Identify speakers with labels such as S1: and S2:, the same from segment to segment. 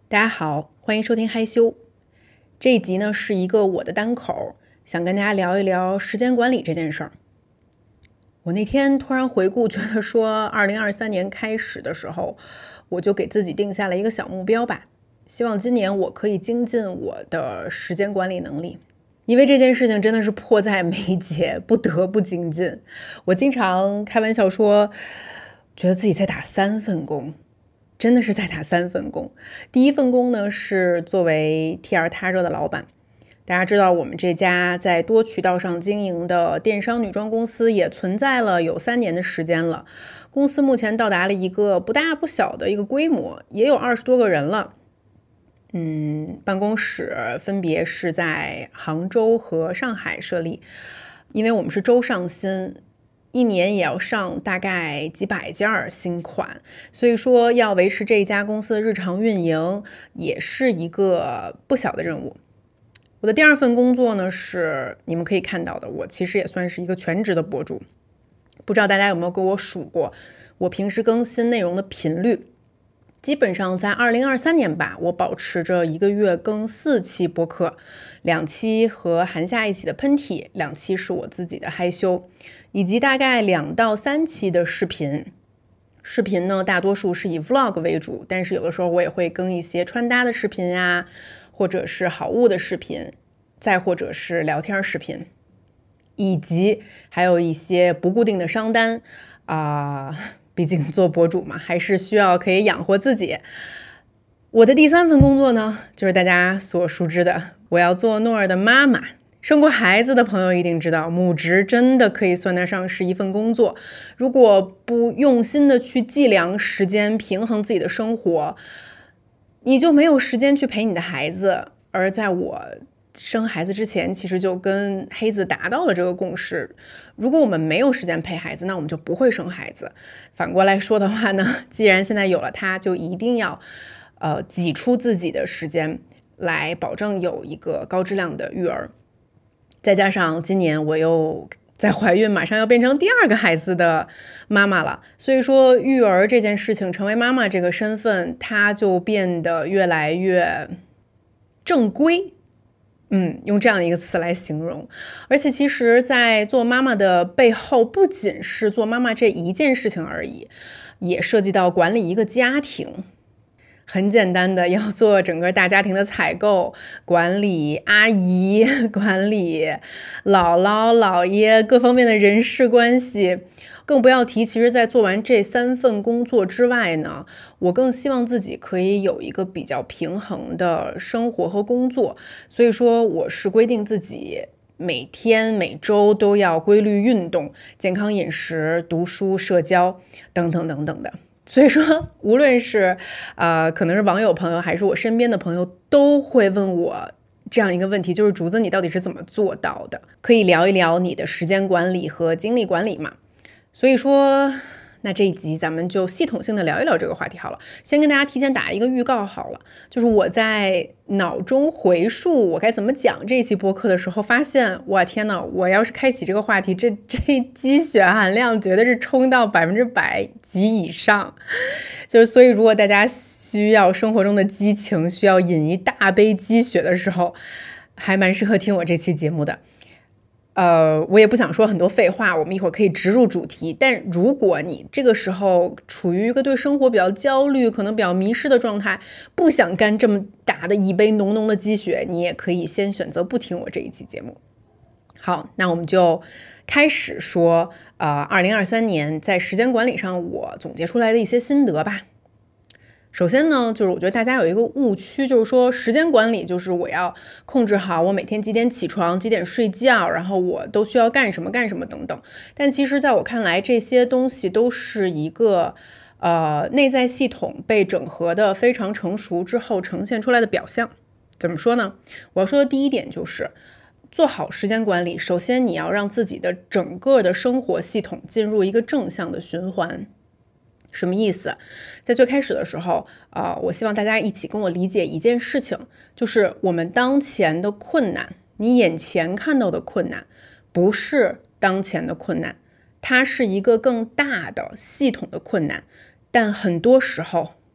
S1: 大家好，欢迎收听嗨修。这一集呢是一个我的单口，想跟大家聊一聊时间管理这件事儿。我那天突然回顾，觉得说2023年开始的时候，我就给自己定下了一个小目标吧，希望今年我可以精进我的时间管理能力。因为这件事情真的是迫在眉睫，不得不精进。我经常开玩笑说，觉得自己在打3份工。真的是在打3份工。第一份工呢是作为 TR 他热的老板。大家知道我们这家在多渠道上经营的电商女装公司也存在了有3年的时间了。公司目前到达了一个不大不小的一个规模，也有20多个人了。办公室分别是在杭州和上海设立，因为我们是周上新。一年也要上大概几百件新款，所以说要维持这一家公司的日常运营也是一个不小的任务。我的第2份工作呢是你们可以看到的，我其实也算是一个全职的博主。不知道大家有没有给我数过我平时更新内容的频率？基本上在2023年吧，我保持着1个月更4期播客，2期和韩夏一起的喷嚏，2期是我自己的嗨修，以及大概2到3期的视频。视频呢，大多数是以 vlog 为主，但是有的时候我也会更一些穿搭的视频啊，或者是好物的视频，再或者是聊天视频，以及还有一些不固定的商单毕竟做博主嘛，还是需要可以养活自己。我的第3份工作呢，就是大家所熟知的，我要做诺尔的妈妈。生过孩子的朋友一定知道，母职真的可以算得上是一份工作。如果不用心的去计量时间，平衡自己的生活，你就没有时间去陪你的孩子。而在我生孩子之前，其实就跟黑子达到了这个共识，如果我们没有时间陪孩子，那我们就不会生孩子。反过来说的话呢，既然现在有了他，就一定要挤出自己的时间来保证有一个高质量的育儿。再加上今年我又在怀孕，马上要变成第2个孩子的妈妈了，所以说育儿这件事情，成为妈妈这个身份，它就变得越来越正规。用这样一个词来形容。而且其实在做妈妈的背后，不仅是做妈妈这一件事情而已，也涉及到管理一个家庭。很简单的，要做整个大家庭的采购，管理阿姨，管理姥姥姥爷，各方面的人事关系。更不要提，其实在做完这3份工作之外呢，我更希望自己可以有一个比较平衡的生活和工作。所以说我是规定自己每天每周都要规律运动、健康饮食、读书、社交等等等等的。所以说无论是可能是网友朋友还是我身边的朋友，都会问我这样一个问题，就是竹子你到底是怎么做到的？可以聊一聊你的时间管理和精力管理嘛？所以说那这一集咱们就系统性的聊一聊这个话题好了。先跟大家提前打一个预告好了，就是我在脑中回溯我该怎么讲这一期播客的时候，发现哇天哪，我要是开启这个话题，这鸡血含量绝对是冲到100%及以上。就是所以如果大家需要生活中的激情，需要饮一大杯鸡血的时候，还蛮适合听我这期节目的。我也不想说很多废话，我们一会儿可以直入主题。但如果你这个时候处于一个对生活比较焦虑，可能比较迷失的状态，不想干这么大的一杯浓浓的鸡血，你也可以先选择不听我这一期节目。好，那我们就开始说2023年在时间管理上我总结出来的一些心得吧。首先呢，就是我觉得大家有一个误区，就是说时间管理就是我要控制好我每天几点起床，几点睡觉，然后我都需要干什么等等。但其实在我看来，这些东西都是一个内在系统被整合的非常成熟之后呈现出来的表象。怎么说呢？我要说的第一点就是做好时间管理，首先你要让自己的整个的生活系统进入一个正向的循环。什么意思？在最开始的时候我希望大家一起跟我理解一件事情，就是我们当前的困难，你眼前看到的困难不是当前的困难，它是一个更大的系统的困难。但很多时候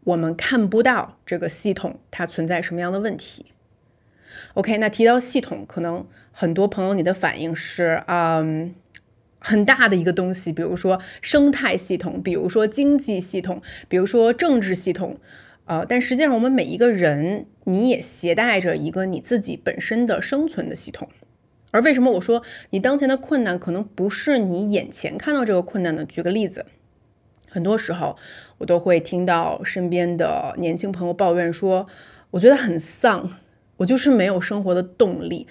S1: 我们看不到这个系统它存在什么样的问题。OK， 那提到系统，可能很多朋友你的反应是，很大的一个东西，比如说生态系统，比如说经济系统，比如说政治系统，但实际上我们每一个人，你也携带着一个你自己本身的生存的系统。而为什么我说你当前的困难可能不是你眼前看到这个困难呢？举个例子，很多时候我都会听到身边的年轻朋友抱怨说，我觉得很丧，我就是没有生活的动力。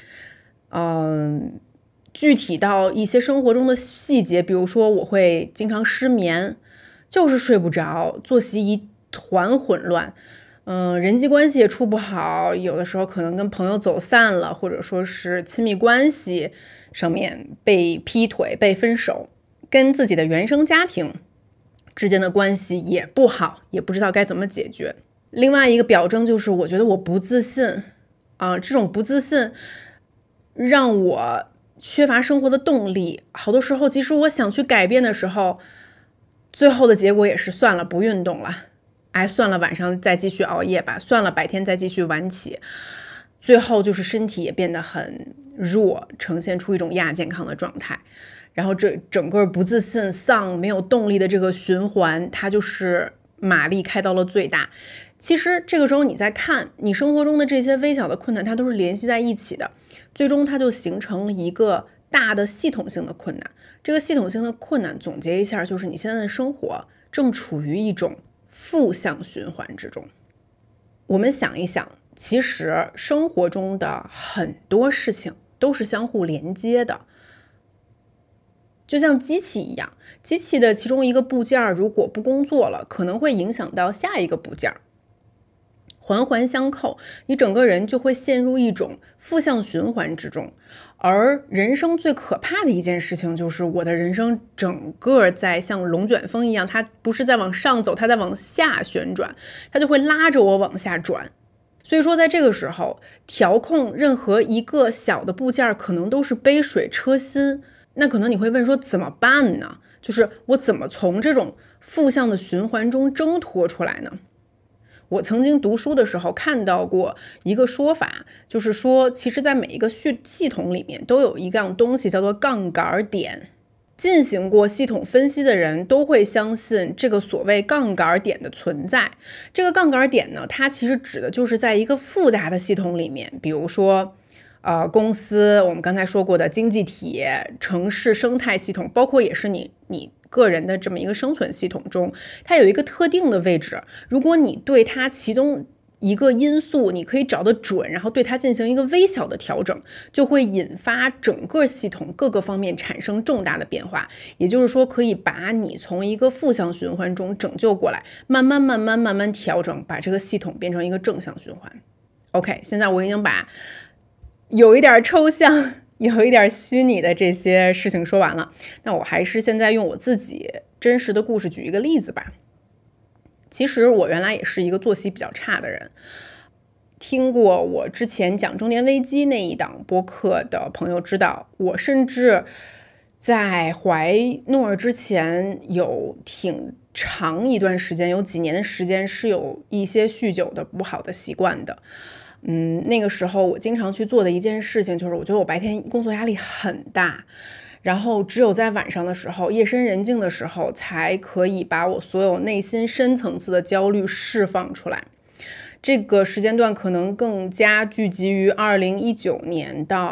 S1: 具体到一些生活中的细节，比如说我会经常失眠，就是睡不着，作息一团混乱，人际关系也处不好，有的时候可能跟朋友走散了，或者说是亲密关系上面被劈腿、被分手，跟自己的原生家庭之间的关系也不好，也不知道该怎么解决。另外一个表征就是我觉得我不自信这种不自信让我缺乏生活的动力，好多时候即使我想去改变的时候，最后的结果也是算了，不运动了，算了，晚上再继续熬夜吧，算了，白天再继续晚起，最后就是身体也变得很弱，呈现出一种亚健康的状态。然后这整个不自信、丧、没有动力的这个循环，它就是马力开到了最大。其实这个时候你再看你生活中的这些微小的困难，它都是联系在一起的，最终它就形成了一个大的系统性的困难。这个系统性的困难总结一下，就是你现在的生活正处于一种负向循环之中。我们想一想，其实生活中的很多事情都是相互连接的，就像机器一样，机器的其中一个部件如果不工作了，可能会影响到下一个部件，环环相扣，你整个人就会陷入一种负向循环之中。而人生最可怕的一件事情就是我的人生整个在像龙卷风一样，它不是在往上走，它在往下旋转，它就会拉着我往下转。所以说在这个时候调控任何一个小的部件可能都是杯水车薪。那可能你会问说怎么办呢？就是我怎么从这种负向的循环中挣脱出来呢？我曾经读书的时候看到过一个说法，就是说其实在每一个系统里面都有一样东西叫做杠杆点。进行过系统分析的人都会相信这个所谓杠杆点的存在。这个杠杆点呢，它其实指的就是在一个复杂的系统里面，比如说公司，我们刚才说过的经济体、城市生态系统，包括也是你个人的这么一个生存系统中，它有一个特定的位置。如果你对它其中一个因素你可以找得准，然后对它进行一个微小的调整，就会引发整个系统各个方面产生重大的变化。也就是说，可以把你从一个负向循环中拯救过来，慢慢调整，把这个系统变成一个正向循环。OK， 现在我已经把有一点抽象有一点虚拟的这些事情说完了，那我还是现在用我自己真实的故事举一个例子吧。其实我原来也是一个作息比较差的人，听过我之前讲中年危机那一档播客的朋友知道，我甚至在怀诺尔之前有挺长一段时间，有几年的时间是有一些酗酒的不好的习惯的。那个时候我经常去做的一件事情就是，我觉得我白天工作压力很大，然后只有在晚上的时候，夜深人静的时候，才可以把我所有内心深层次的焦虑释放出来。这个时间段可能更加聚集于2019年到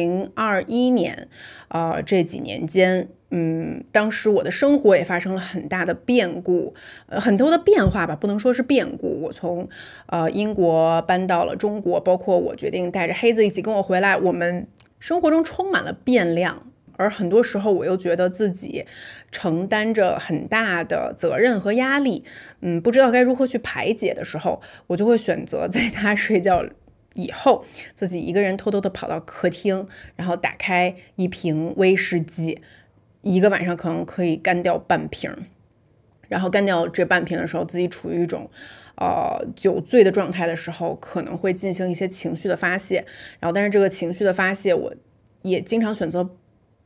S1: 2021年，这几年间。当时我的生活也发生了很大的变故，很多的变化吧，不能说是变故。我从英国搬到了中国，包括我决定带着黑子一起跟我回来，我们生活中充满了变量。而很多时候我又觉得自己承担着很大的责任和压力，不知道该如何去排解的时候，我就会选择在他睡觉以后，自己一个人偷偷的跑到客厅，然后打开一瓶威士忌，一个晚上可能可以干掉半瓶，然后干掉这半瓶的时候，自己处于一种酒醉的状态的时候，可能会进行一些情绪的发泄。然后但是这个情绪的发泄，我也经常选择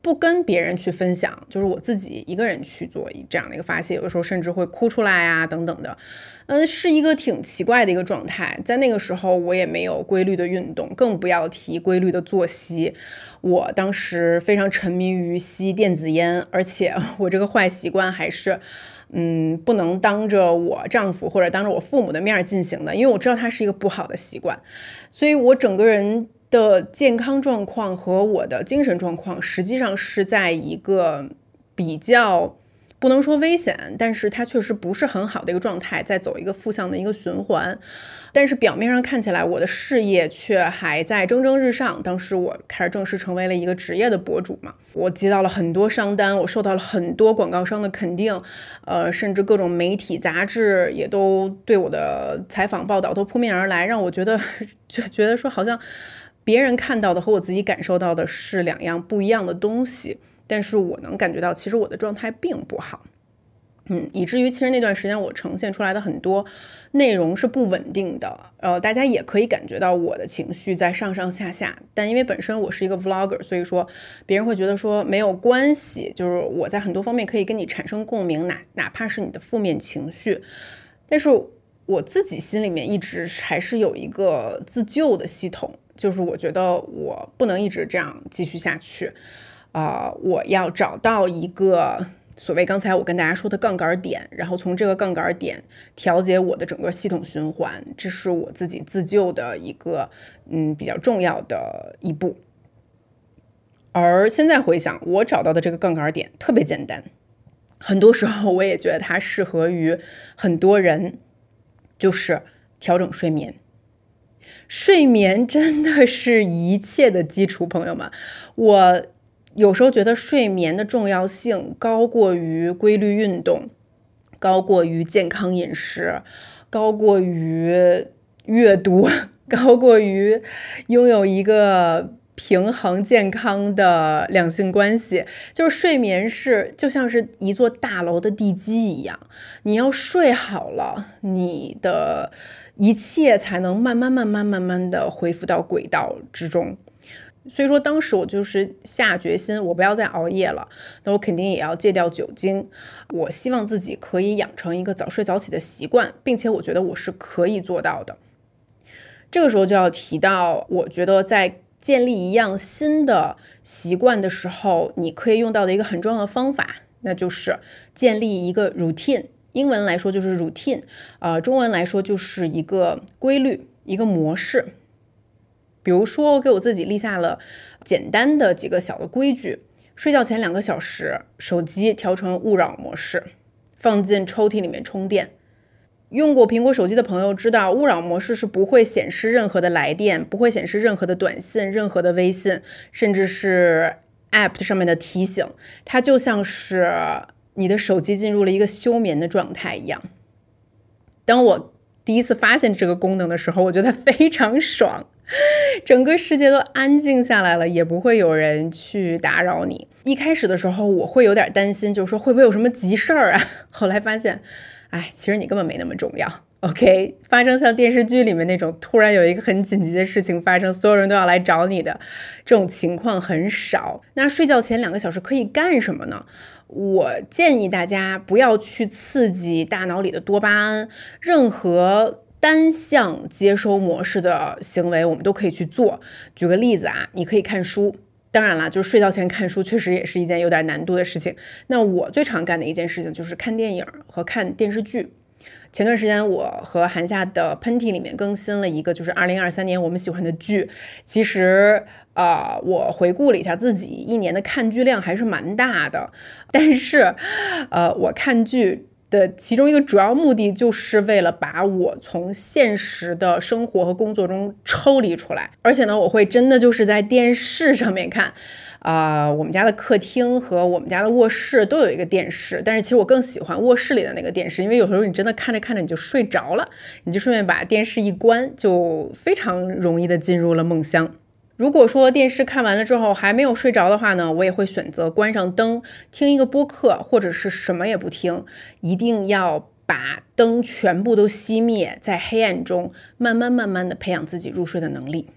S1: 不跟别人去分享，就是我自己一个人去做这样的一个发泄，有的时候甚至会哭出来啊等等的，是一个挺奇怪的一个状态。在那个时候我也没有规律的运动，更不要提规律的作息。我当时非常沉迷于吸电子烟，而且我这个坏习惯还是不能当着我丈夫或者当着我父母的面进行的，因为我知道它是一个不好的习惯。所以我整个人的健康状况和我的精神状况实际上是在一个比较不能说危险，但是它确实不是很好的一个状态，在走一个负向的一个循环。但是表面上看起来我的事业却还在蒸蒸日上，当时我开始正式成为了一个职业的博主嘛，我接到了很多商单，我受到了很多广告商的肯定，甚至各种媒体杂志也都对我的采访报道都扑面而来，让我觉得说好像别人看到的和我自己感受到的是两样不一样的东西，但是我能感觉到其实我的状态并不好。以至于其实那段时间我呈现出来的很多内容是不稳定的，大家也可以感觉到我的情绪在上上下下，但因为本身我是一个 vlogger， 所以说别人会觉得说没有关系，就是我在很多方面可以跟你产生共鸣，哪怕是你的负面情绪，但是我自己心里面一直还是有一个自救的系统，就是我觉得我不能一直这样继续下去，我要找到一个所谓刚才我跟大家说的杠杆点，然后从这个杠杆点调节我的整个系统循环，这是我自己自救的一个比较重要的一步。而现在回想，我找到的这个杠杆点特别简单，很多时候我也觉得它适合于很多人，就是调整睡眠。睡眠真的是一切的基础，朋友们，我有时候觉得睡眠的重要性高过于规律运动，高过于健康饮食，高过于阅读，高过于拥有一个平衡健康的两性关系。就是睡眠就像是一座大楼的地基一样，你要睡好了，你的一切才能慢慢的恢复到轨道之中。所以说当时我就是下决心，我不要再熬夜了，那我肯定也要戒掉酒精，我希望自己可以养成一个早睡早起的习惯，并且我觉得我是可以做到的。这个时候就要提到，我觉得在建立一样新的习惯的时候，你可以用到的一个很重要的方法，那就是建立一个 routine， 英文来说就是 routine，中文来说就是一个规律，一个模式。比如说我给我自己立下了简单的几个小的规矩，睡觉前2个小时，手机调成勿扰模式，放进抽屉里面充电。用过苹果手机的朋友知道，勿扰模式是不会显示任何的来电，不会显示任何的短信，任何的微信，甚至是 App 上面的提醒，它就像是你的手机进入了一个休眠的状态一样。当我第一次发现这个功能的时候，我觉得非常爽，整个世界都安静下来了，也不会有人去打扰你。一开始的时候我会有点担心，就是说会不会有什么急事儿啊？后来发现其实你根本没那么重要。OK， 发生像电视剧里面那种突然有一个很紧急的事情发生，所有人都要来找你的这种情况很少。那睡觉前2个小时可以干什么呢？我建议大家不要去刺激大脑里的多巴胺，任何单向接收模式的行为我们都可以去做。举个例子你可以看书，当然啦，就是睡觉前看书确实也是一件有点难度的事情。那我最常干的一件事情就是看电影和看电视剧。前段时间我和韩夏的喷嚏里面更新了一个就是2023年我们喜欢的剧。其实我回顾了一下自己1年的看剧量还是蛮大的，但是我看剧的其中一个主要目的就是为了把我从现实的生活和工作中抽离出来，而且呢我会真的就是在电视上面看。我们家的客厅和我们家的卧室都有一个电视，但是其实我更喜欢卧室里的那个电视，因为有时候你真的看着看着你就睡着了，你就顺便把电视一关，就非常容易的进入了梦乡。如果说电视看完了之后还没有睡着的话呢，我也会选择关上灯，听一个播客，或者是什么也不听，一定要把灯全部都熄灭，在黑暗中慢慢的培养自己入睡的能力。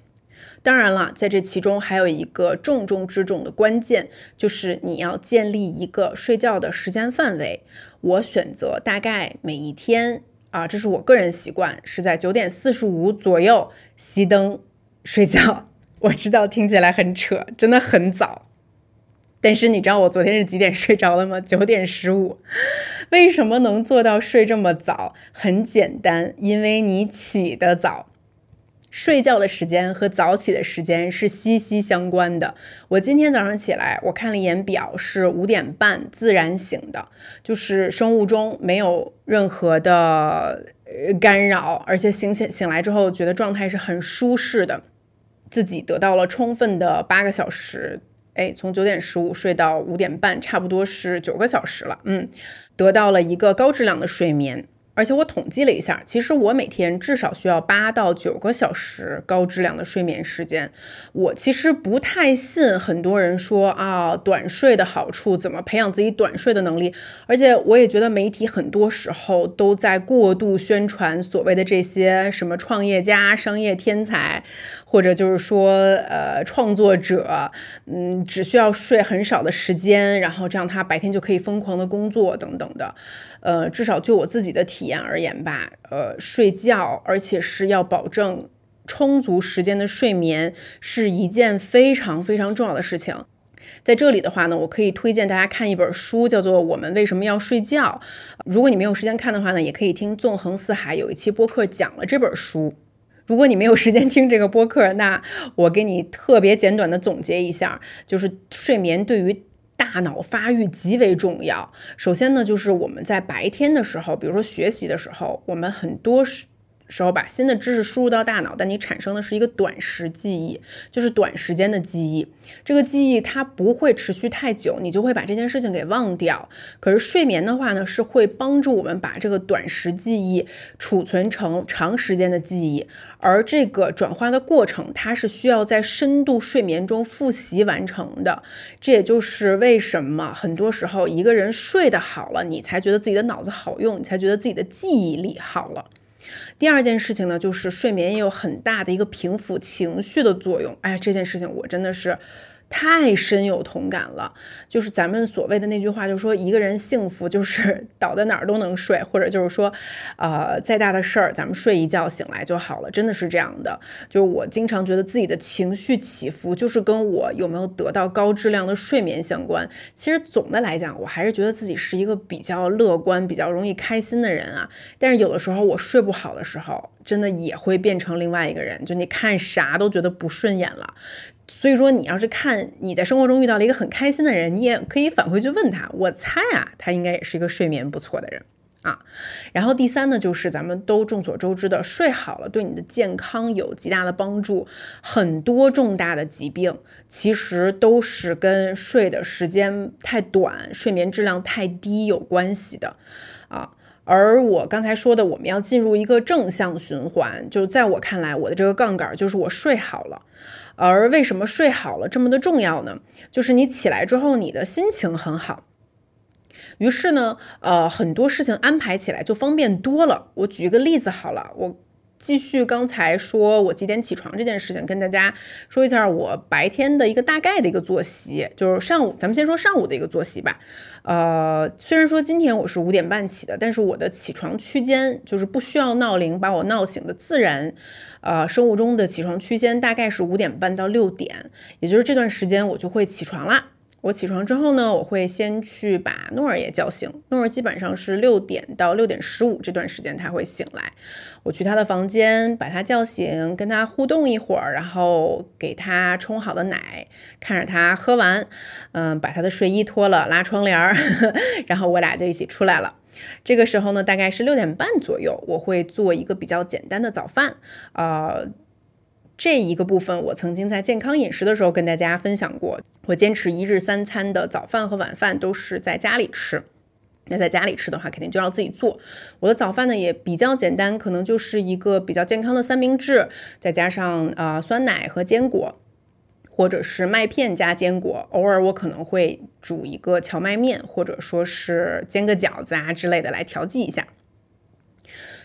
S1: 当然了，在这其中还有一个重中之重的关键，就是你要建立一个睡觉的时间范围。我选择大概每一天这是我个人习惯，是在9:45左右熄灯睡觉。我知道听起来很扯，真的很早。但是你知道我昨天是几点睡着了吗？9:15。为什么能做到睡这么早？很简单，因为你起得早。睡觉的时间和早起的时间是息息相关的。我今天早上起来，我看了一眼表，是5:30自然醒的，就是生物钟没有任何的干扰，而且醒来之后觉得状态是很舒适的，自己得到了充分的8个小时。从9:15睡到5:30，差不多是9个小时了。得到了一个高质量的睡眠。而且我统计了一下，其实我每天至少需要8到9个小时高质量的睡眠时间。我其实不太信很多人说短睡的好处，怎么培养自己短睡的能力。而且我也觉得媒体很多时候都在过度宣传所谓的这些什么创业家、商业天才，或者就是说创作者，只需要睡很少的时间，然后这样他白天就可以疯狂的工作等等的。至少就我自己的体验而言吧，睡觉，而且是要保证充足时间的睡眠，是一件非常非常重要的事情。在这里的话呢，我可以推荐大家看一本书，叫做《我们为什么要睡觉》。如果你没有时间看的话呢，也可以听纵横四海有一期播客讲了这本书。如果你没有时间听这个播客，那我给你特别简短的总结一下，就是睡眠对于大脑发育极为重要。首先呢，就是我们在白天的时候，比如说学习的时候，我们很多时候把新的知识输入到大脑，但你产生的是一个短时记忆，就是短时间的记忆。这个记忆它不会持续太久，你就会把这件事情给忘掉。可是睡眠的话呢，是会帮助我们把这个短时记忆储存成长时间的记忆，而这个转化的过程，它是需要在深度睡眠中复习完成的。这也就是为什么很多时候一个人睡得好了，你才觉得自己的脑子好用，你才觉得自己的记忆力好了。第二件事情呢，就是睡眠也有很大的一个平抚情绪的作用。这件事情我真的是太深有同感了。就是咱们所谓的那句话，就是说一个人幸福就是倒在哪儿都能睡，或者就是说再大的事儿咱们睡一觉醒来就好了，真的是这样的。就是我经常觉得自己的情绪起伏就是跟我有没有得到高质量的睡眠相关。其实总的来讲，我还是觉得自己是一个比较乐观、比较容易开心的人啊。但是有的时候我睡不好的时候，真的也会变成另外一个人，就你看啥都觉得不顺眼了。所以说你要是看你在生活中遇到了一个很开心的人，你也可以返回去问他，我猜他应该也是一个睡眠不错的人啊。然后第三呢，就是咱们都众所周知的，睡好了对你的健康有极大的帮助。很多重大的疾病其实都是跟睡的时间太短、睡眠质量太低有关系的啊。而我刚才说的，我们要进入一个正向循环，就在我看来，我的这个杠杆就是我睡好了。而为什么睡好了这么的重要呢？就是你起来之后，你的心情很好。于是呢，很多事情安排起来就方便多了。我举一个例子好了，我继续刚才说我几点起床这件事情，跟大家说一下我白天的一个大概的一个作息，就是上午，咱们先说上午的一个作息吧。虽然说今天我是5:30起的，但是我的起床区间就是不需要闹铃把我闹醒的自然，生物钟的起床区间大概是5:30到6点，也就是这段时间我就会起床啦。我起床之后呢，我会先去把诺尔也叫醒。诺尔基本上是6点到6:15这段时间他会醒来，我去他的房间把他叫醒，跟他互动一会儿，然后给他冲好的奶，看着他喝完，把他的睡衣脱了，拉窗帘然后我俩就一起出来了。这个时候呢，大概是6:30左右，我会做一个比较简单的早饭。这一个部分我曾经在健康饮食的时候跟大家分享过，我坚持1日3餐的早饭和晚饭都是在家里吃。那在家里吃的话，肯定就要自己做。我的早饭呢也比较简单，可能就是一个比较健康的三明治，再加上酸奶和坚果，或者是麦片加坚果。偶尔我可能会煮一个荞麦面，或者说是煎个饺子之类的来调剂一下。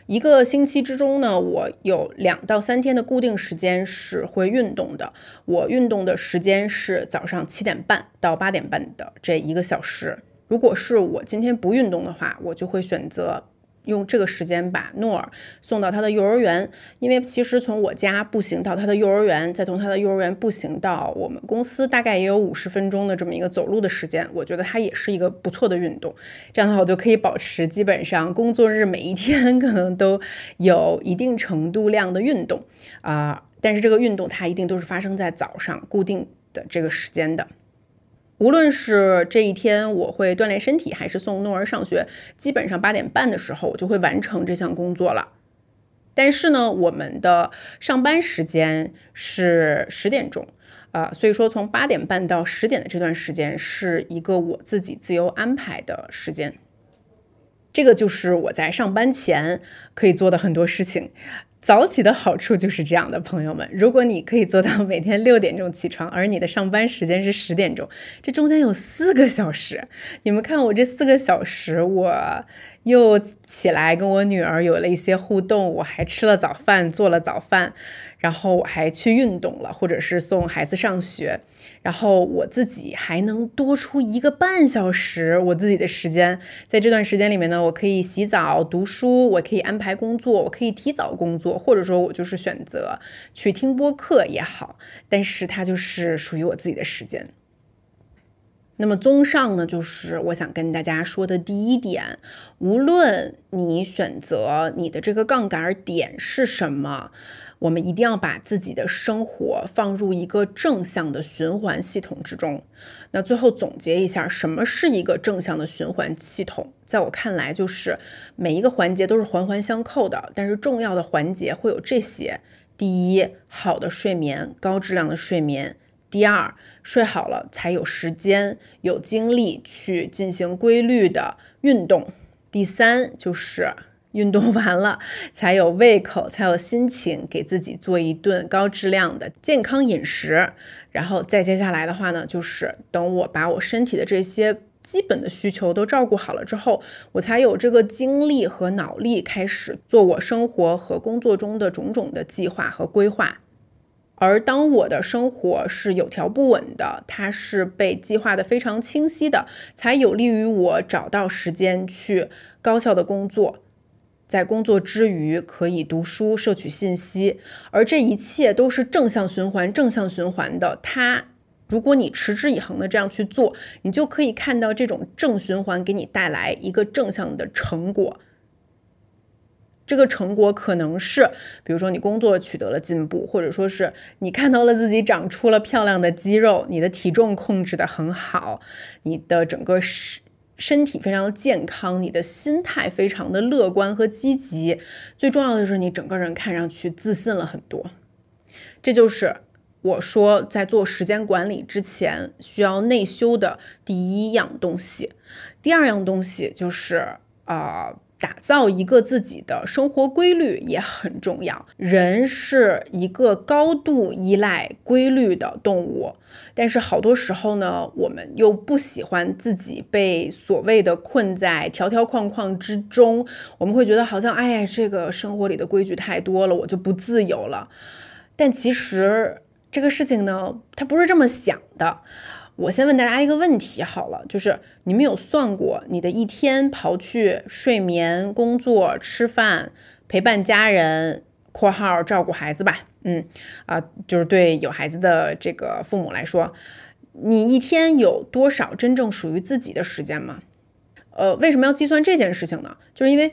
S1: 一个星期之中呢，我有2到3天的固定时间是会运动的。我运动的时间是早上7点半到8点半的这1个小时。如果是我今天不运动的话，我就会选择用这个时间把诺尔送到他的幼儿园，因为其实从我家步行到他的幼儿园，再从他的幼儿园步行到我们公司，大概也有50分钟的这么一个走路的时间，我觉得它也是一个不错的运动。这样的话，我就可以保持基本上工作日每一天可能都有一定程度量的运动但是这个运动它一定都是发生在早上固定的这个时间的。无论是这一天我会锻炼身体，还是送诺儿上学，基本上8点半的时候我就会完成这项工作了。但是呢，我们的上班时间是10点钟，所以说从8点半到10点的这段时间是一个我自己自由安排的时间。这个就是我在上班前可以做的很多事情。早起的好处就是这样的，朋友们，如果你可以做到每天6点钟起床，而你的上班时间是10点钟，这中间有4个小时。你们看我这4个小时，我又起来跟我女儿有了一些互动，我还吃了早饭，做了早饭，然后我还去运动了，或者是送孩子上学，然后我自己还能多出1个半小时我自己的时间。在这段时间里面呢，我可以洗澡、读书，我可以安排工作，我可以提早工作，或者说我就是选择去听播客也好，但是它就是属于我自己的时间。那么综上呢，就是我想跟大家说的第一点，无论你选择你的这个杠杆点是什么，我们一定要把自己的生活放入一个正向的循环系统之中。那最后总结一下，什么是一个正向的循环系统？在我看来，就是每一个环节都是环环相扣的，但是重要的环节会有这些：第一，好的睡眠，高质量的睡眠；第二，睡好了才有时间、有精力去进行规律的运动；第三，就是运动完了才有胃口，才有心情给自己做一顿高质量的健康饮食。然后再接下来的话呢，就是等我把我身体的这些基本的需求都照顾好了之后，我才有这个精力和脑力开始做我生活和工作中的种种的计划和规划。而当我的生活是有条不紊的，它是被计划的非常清晰的，才有利于我找到时间去高效的工作，在工作之余可以读书摄取信息。而这一切都是正向循环的，如果你持之以恒的这样去做，你就可以看到这种正循环给你带来一个正向的成果。这个成果可能是，比如说你工作取得了进步，或者说是你看到了自己长出了漂亮的肌肉，你的体重控制得很好，你的整个身体非常健康，你的心态非常的乐观和积极，最重要的是你整个人看上去自信了很多。这就是我说在做时间管理之前需要内修的第一样东西。第二样东西就是打造一个自己的生活规律也很重要。人是一个高度依赖规律的动物，但是好多时候呢，我们又不喜欢自己被所谓的困在条条框框之中，我们会觉得好像这个生活里的规矩太多了，我就不自由了。但其实这个事情呢，它不是这么想的。我先问大家一个问题好了，就是你们有算过你的一天刨去睡眠、工作、吃饭、陪伴家人（括号照顾孩子吧），就是对有孩子的这个父母来说，你一天有多少真正属于自己的时间吗？为什么要计算这件事情呢？就是因为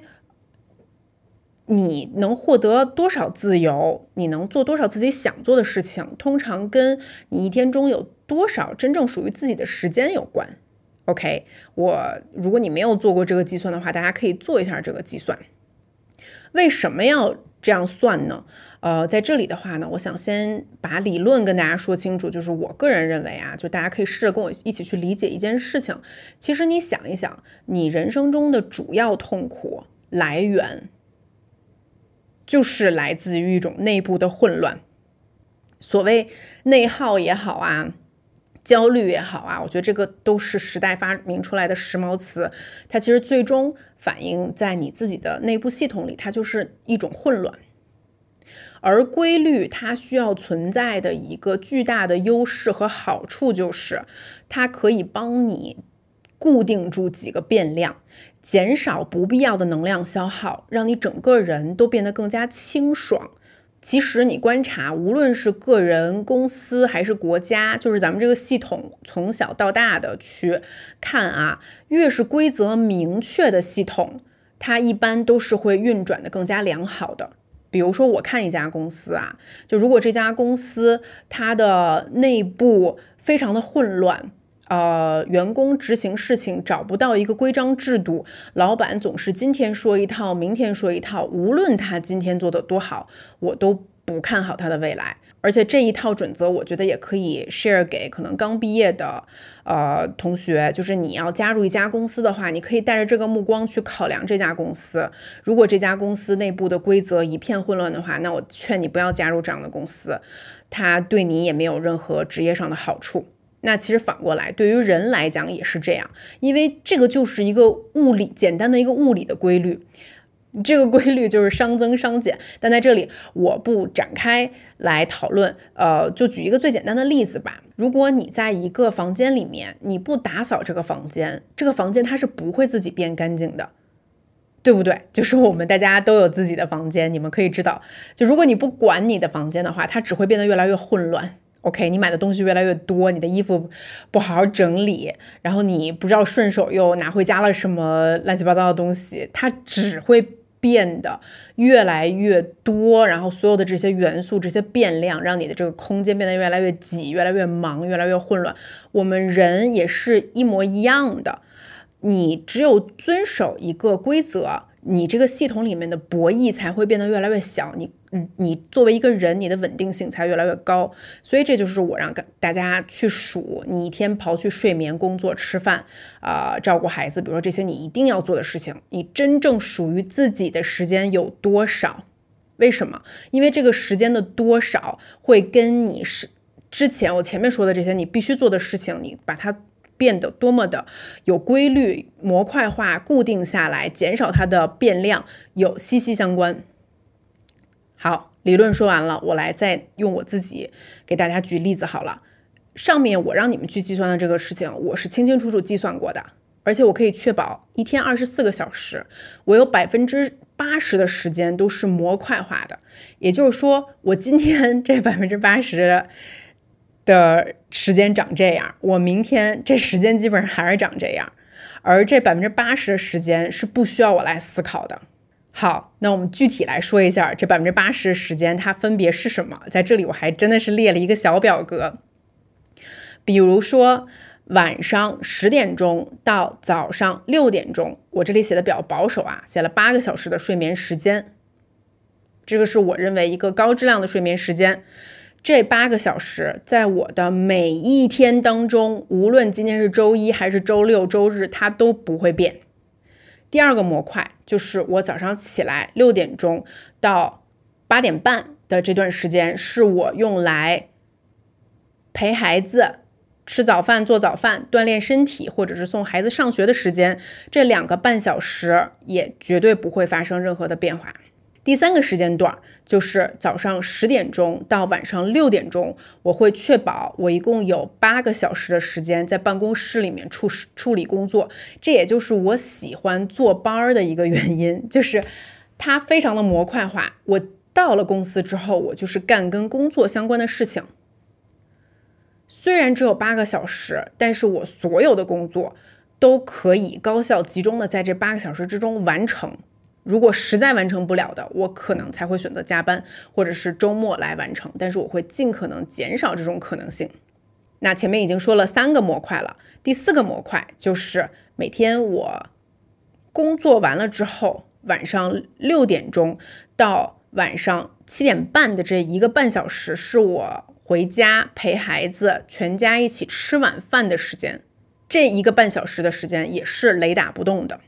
S1: 你能获得多少自由，你能做多少自己想做的事情，通常跟你一天中有多少真正属于自己的时间有关。OK， 如果你没有做过这个计算的话，大家可以做一下这个计算。为什么要这样算呢？在这里的话呢，我想先把理论跟大家说清楚，就是我个人认为就大家可以试着跟我一起去理解一件事情。其实你想一想，你人生中的主要痛苦来源就是来自于一种内部的混乱，所谓内耗也好焦虑也好啊，我觉得这个都是时代发明出来的时髦词，它其实最终反映在你自己的内部系统里，它就是一种混乱。而规律它需要存在的一个巨大的优势和好处就是，它可以帮你固定住几个变量，减少不必要的能量消耗，让你整个人都变得更加清爽。其实你观察，无论是个人、公司还是国家，就是咱们这个系统从小到大的去看啊，越是规则明确的系统，它一般都是会运转的更加良好的。比如说我看一家公司啊，就如果这家公司它的内部非常的混乱，员工执行事情找不到一个规章制度，老板总是今天说一套，明天说一套，无论他今天做的多好，我都不看好他的未来。而且这一套准则，我觉得也可以 share 给可能刚毕业的同学，就是你要加入一家公司的话，你可以带着这个目光去考量这家公司。如果这家公司内部的规则一片混乱的话，那我劝你不要加入这样的公司，它对你也没有任何职业上的好处。那其实反过来，对于人来讲也是这样，因为这个就是一个简单的一个物理的规律。这个规律就是熵增熵减，但在这里我不展开来讨论，就举一个最简单的例子吧。如果你在一个房间里面，你不打扫这个房间它是不会自己变干净的，对不对？就是我们大家都有自己的房间，你们可以知道，就如果你不管你的房间的话，它只会变得越来越混乱。OK， 你买的东西越来越多，你的衣服不好好整理，然后你不知道顺手又拿回家了什么乱七八糟的东西，它只会变得越来越多，然后所有的这些元素、这些变量，让你的这个空间变得越来越挤、越来越忙、越来越混乱。我们人也是一模一样的，你只有遵守一个规则，你这个系统里面的博弈才会变得越来越小，你作为一个人，你的稳定性才越来越高。所以这就是我让大家去数，你一天刨去睡眠、工作、吃饭照顾孩子，比如说这些你一定要做的事情，你真正属于自己的时间有多少？为什么？因为这个时间的多少会跟你之前我前面说的这些你必须做的事情，你把它变得多么的有规律、模块化、固定下来，减少它的变量，有息息相关。好，理论说完了，我来再用我自己给大家举例子好了。上面我让你们去计算的这个事情，我是清清楚楚计算过的，而且我可以确保一天24个小时，我有80%的时间都是模块化的。也就是说，我今天这80%的时间长这样，我明天这时间基本上还是长这样，而这80%的时间是不需要我来思考的。好，那我们具体来说一下这80%的时间它分别是什么。在这里我还真的是列了一个小表格，比如说晚上10点钟到早上6点钟，我这里写的比较保守啊，写了8个小时的睡眠时间，这个是我认为一个高质量的睡眠时间。这8个小时在我的每一天当中，无论今天是周一还是周六周日，它都不会变。第二个模块就是我早上起来6点钟到8点半的这段时间，是我用来陪孩子吃早饭、做早饭、锻炼身体，或者是送孩子上学的时间。这2个半小时也绝对不会发生任何的变化。第3个时间段就是早上10点钟到晚上6点钟，我会确保我一共有8个小时的时间在办公室里面处理工作。这也就是我喜欢坐班的一个原因，就是它非常的模块化。我到了公司之后，我就是干跟工作相关的事情。虽然只有8个小时，但是我所有的工作都可以高效集中的在这8个小时之中完成。如果实在完成不了的，我可能才会选择加班或者是周末来完成，但是我会尽可能减少这种可能性。那前面已经说了3个模块了，第4个模块就是每天我工作完了之后，晚上6点钟到晚上7点半的这1个半小时是我回家陪孩子全家一起吃晚饭的时间。这1个半小时的时间也是雷打不动的。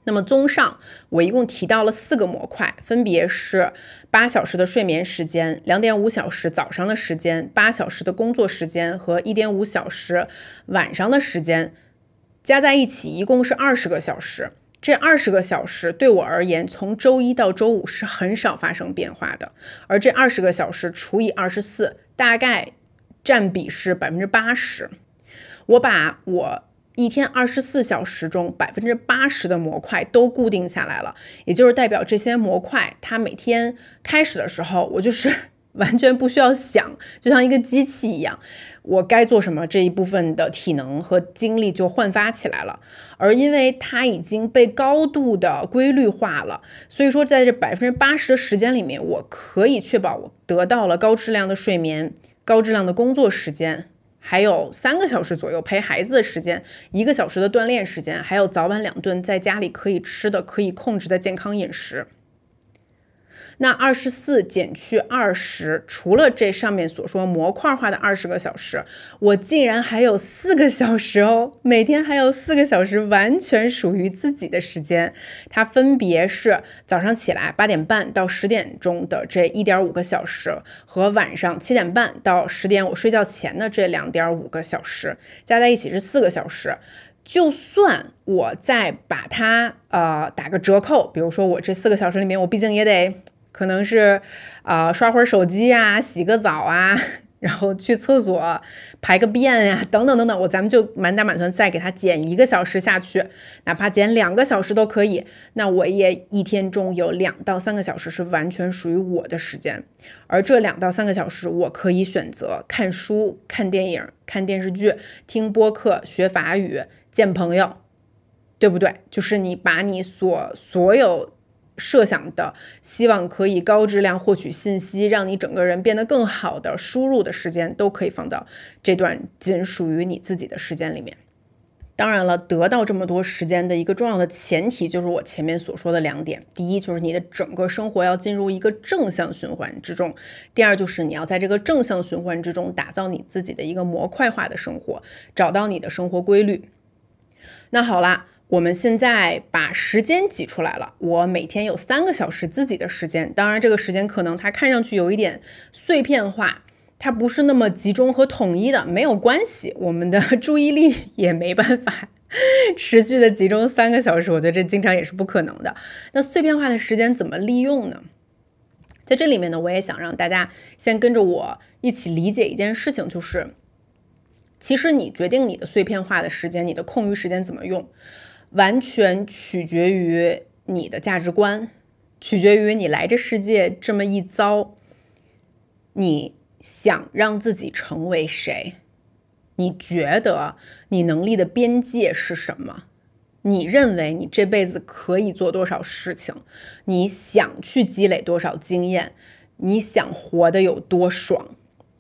S1: 那么综上，我一共提到了4个模块，分别是8小时的睡眠时间、2.5小时早上的时间、8小时的工作时间和1.5小时晚上的时间，加在一起一共是20个小时。这20个小时对我而言，从周一到周五是很少发生变化的，而这20个小时除以24，大概占比是80%。我把我一天24小时中80%的模块都固定下来了，也就是代表这些模块，它每天开始的时候，我就是完全不需要想，就像一个机器一样，我该做什么这一部分的体能和精力就焕发起来了。而因为它已经被高度的规律化了，所以说在这80%的时间里面，我可以确保我得到了高质量的睡眠、高质量的工作时间，还有3个小时左右陪孩子的时间，1个小时的锻炼时间，还有早晚2顿在家里可以吃的、可以控制的健康饮食。那24减去20，除了这上面所说模块化的20个小时，我竟然还有4个小时哦，每天还有4个小时完全属于自己的时间。它分别是早上起来8点半到10点钟的这1.5个小时，和晚上7点半到10点我睡觉前的这2.5个小时，加在一起是4个小时。就算我再把它打个折扣，比如说我这4个小时里面，我毕竟也得可能是刷会儿手机啊，洗个澡啊，然后去厕所排个便呀，等等等等，咱们就满打满算再给它减1个小时下去，哪怕减2个小时都可以。那我也一天中有2到3个小时是完全属于我的时间，而这2到3个小时，我可以选择看书、看电影、看电视剧、听播客、学法语、见朋友，对不对？就是你把你所有设想的希望可以高质量获取信息，让你整个人变得更好的输入的时间，都可以放到这段仅属于你自己的时间里面。当然了，得到这么多时间的一个重要的前提就是我前面所说的2点。第一，就是你的整个生活要进入一个正向循环之中；第二，就是你要在这个正向循环之中打造你自己的一个模块化的生活，找到你的生活规律。那好啦，我们现在把时间挤出来了，我每天有3个小时自己的时间，当然这个时间可能它看上去有一点碎片化，它不是那么集中和统一的，没有关系，我们的注意力也没办法持续的集中3个小时，我觉得这经常也是不可能的。那碎片化的时间怎么利用呢？在这里面呢，我也想让大家先跟着我一起理解一件事情，就是其实你决定你的碎片化的时间，你的空余时间怎么用，完全取决于你的价值观，取决于你来这世界这么一遭，你想让自己成为谁？你觉得你能力的边界是什么？你认为你这辈子可以做多少事情？你想去积累多少经验？你想活得有多爽？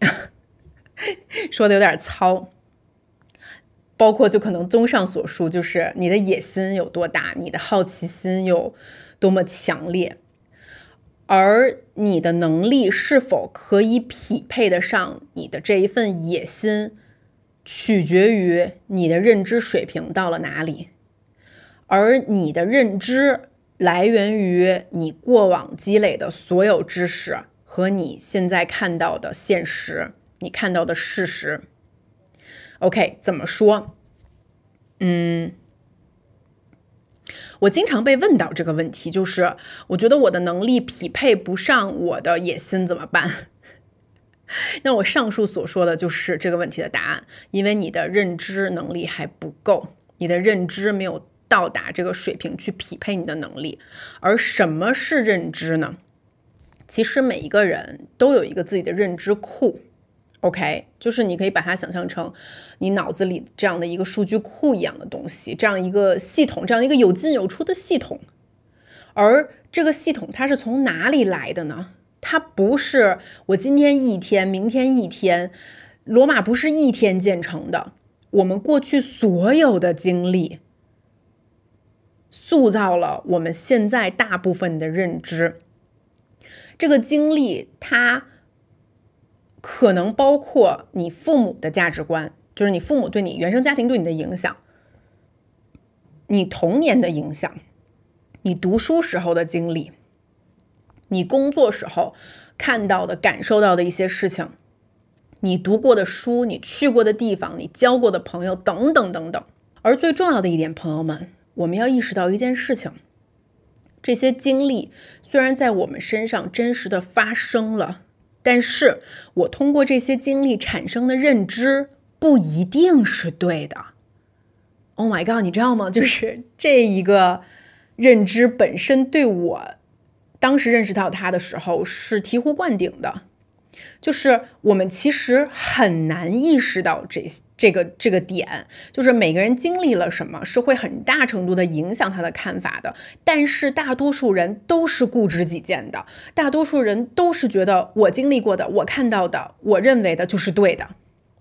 S1: 说的有点糙，包括就可能综上所述，就是你的野心有多大，你的好奇心有多么强烈，而你的能力是否可以匹配得上你的这一份野心，取决于你的认知水平到了哪里，而你的认知来源于你过往积累的所有知识和你现在看到的现实，你看到的事实。OK， 怎么说？我经常被问到这个问题，就是我觉得我的能力匹配不上我的野心怎么办？那我上述所说的就是这个问题的答案，因为你的认知能力还不够，你的认知没有到达这个水平去匹配你的能力。而什么是认知呢？其实每一个人都有一个自己的认知库。OK， 就是你可以把它想象成你脑子里这样的一个数据库一样的东西，这样一个系统，这样一个有进有出的系统。而这个系统它是从哪里来的呢？它不是我今天一天，明天一天，罗马不是一天建成的。我们过去所有的经历，塑造了我们现在大部分的认知。这个经历它可能包括你父母的价值观，就是你父母对你原生家庭对你的影响，你童年的影响， 你读书时候的经历，你工作时候看到的、感受到的一些事情，你读过的书，你去过的地方，你交过的朋友，等等等等。而最重要的一点，朋友们，我们要意识到一件事情，这些经历虽然在我们身上真实的发生了，但是我通过这些经历产生的认知不一定是对的。Oh my god， 你知道吗？就是这一个认知本身对我当时认识到它的时候是醍醐灌顶的，就是我们其实很难意识到这个点，就是每个人经历了什么是会很大程度的影响他的看法的，但是大多数人都是固执己见的，大多数人都是觉得我经历过的，我看到的，我认为的就是对的。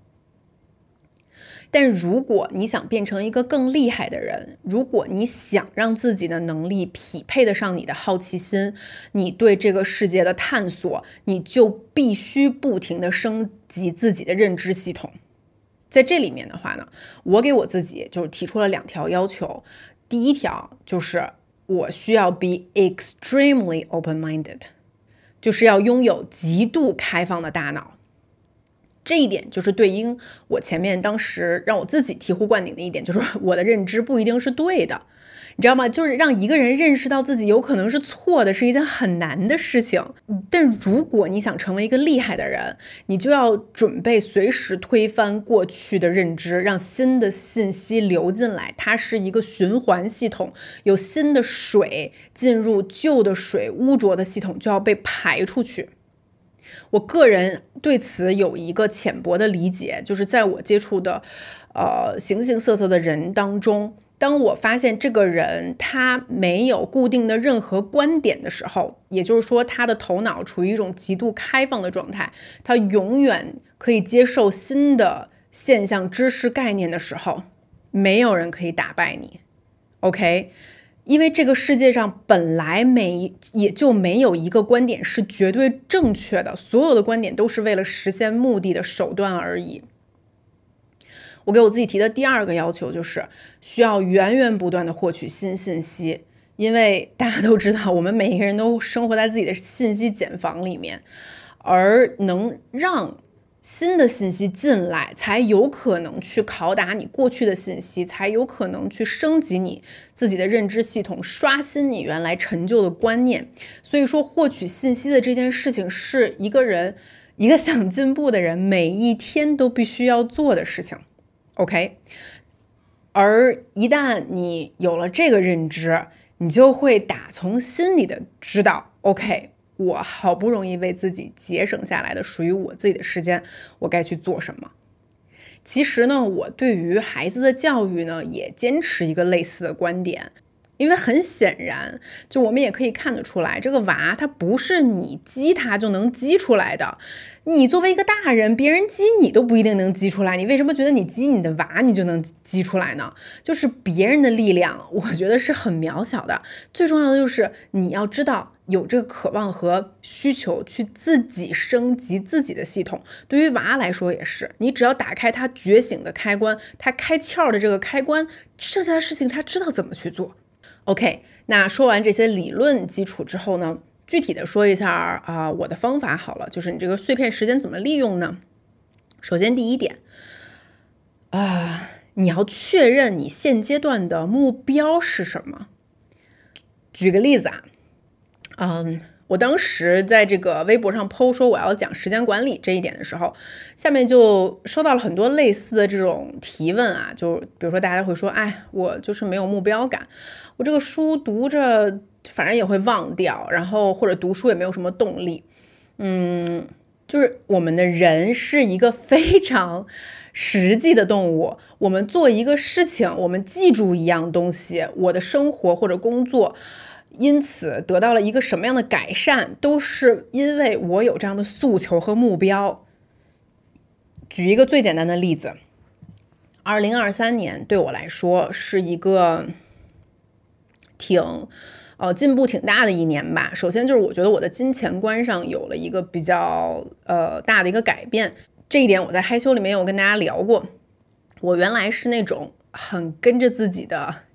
S1: 但如果你想变成一个更厉害的人，如果你想让自己的能力匹配得上你的好奇心，你对这个世界的探索，你就必须不停地升级自己的认知系统。在这里面的话呢，我给我自己就是提出了2条要求。第一条就是我需要 be extremely open-minded， 就是要拥有极度开放的大脑。这一点就是对应我前面当时让我自己醍醐灌顶的一点，就是我的认知不一定是对的，你知道吗？就是让一个人认识到自己有可能是错的，是一件很难的事情。但如果你想成为一个厉害的人，你就要准备随时推翻过去的认知，让新的信息流进来，它是一个循环系统，有新的水进入，旧的水污浊的系统就要被排出去。我个人对此有一个浅薄的理解，就是在我接触的形形色色的人当中，当我发现这个人他没有固定的任何观点的时候，也就是说他的头脑处于一种极度开放的状态，他永远可以接受新的现象、知识、概念的时候，没有人可以打败你。 OK，因为这个世界上本来也就没有一个观点是绝对正确的，所有的观点都是为了实现目的的手段而已。我给我自己提的第2个要求就是需要源源不断的获取新信息，因为大家都知道我们每一个人都生活在自己的信息茧房里面，而能让新的信息进来，才有可能去拷打你过去的信息，才有可能去升级你自己的认知系统，刷新你原来陈旧的观念。所以说获取信息的这件事情是一个想进步的人每一天都必须要做的事情。 OK， 而一旦你有了这个认知，你就会打从心里的知道 OK，我好不容易为自己节省下来的属于我自己的时间，我该去做什么。其实呢，我对于孩子的教育呢，也坚持一个类似的观点。因为很显然，就我们也可以看得出来，这个娃他不是你激他就能激出来的。你作为一个大人，别人激你都不一定能激出来，你为什么觉得你激你的娃你就能激出来呢？就是别人的力量，我觉得是很渺小的。最重要的就是你要知道有这个渴望和需求去自己升级自己的系统。对于娃来说也是，你只要打开他觉醒的开关，他开窍的这个开关，剩下的事情他知道怎么去做。OK， 那说完这些理论基础之后呢，具体的说一下我的方法好了，就是你这个碎片时间怎么利用呢？首先第一点你要确认你现阶段的目标是什么。举个例子我当时在这个微博上 po 说我要讲时间管理这一点的时候，下面就收到了很多类似的这种提问就比如说大家会说，我就是没有目标感，我这个书读着反正也会忘掉，然后或者读书也没有什么动力。就是我们的人是一个非常实际的动物，我们做一个事情，我们记住一样东西，我的生活或者工作因此得到了一个什么样的改善，都是因为我有这样的诉求和目标。举一个最简单的例子，2023年对我来说是一个进步挺大的一年吧。首先就是我觉得我的金钱观上有了一个比较大的一个改变，这一点我在嗨修里面有跟大家聊过。我原来是那种很跟着自己的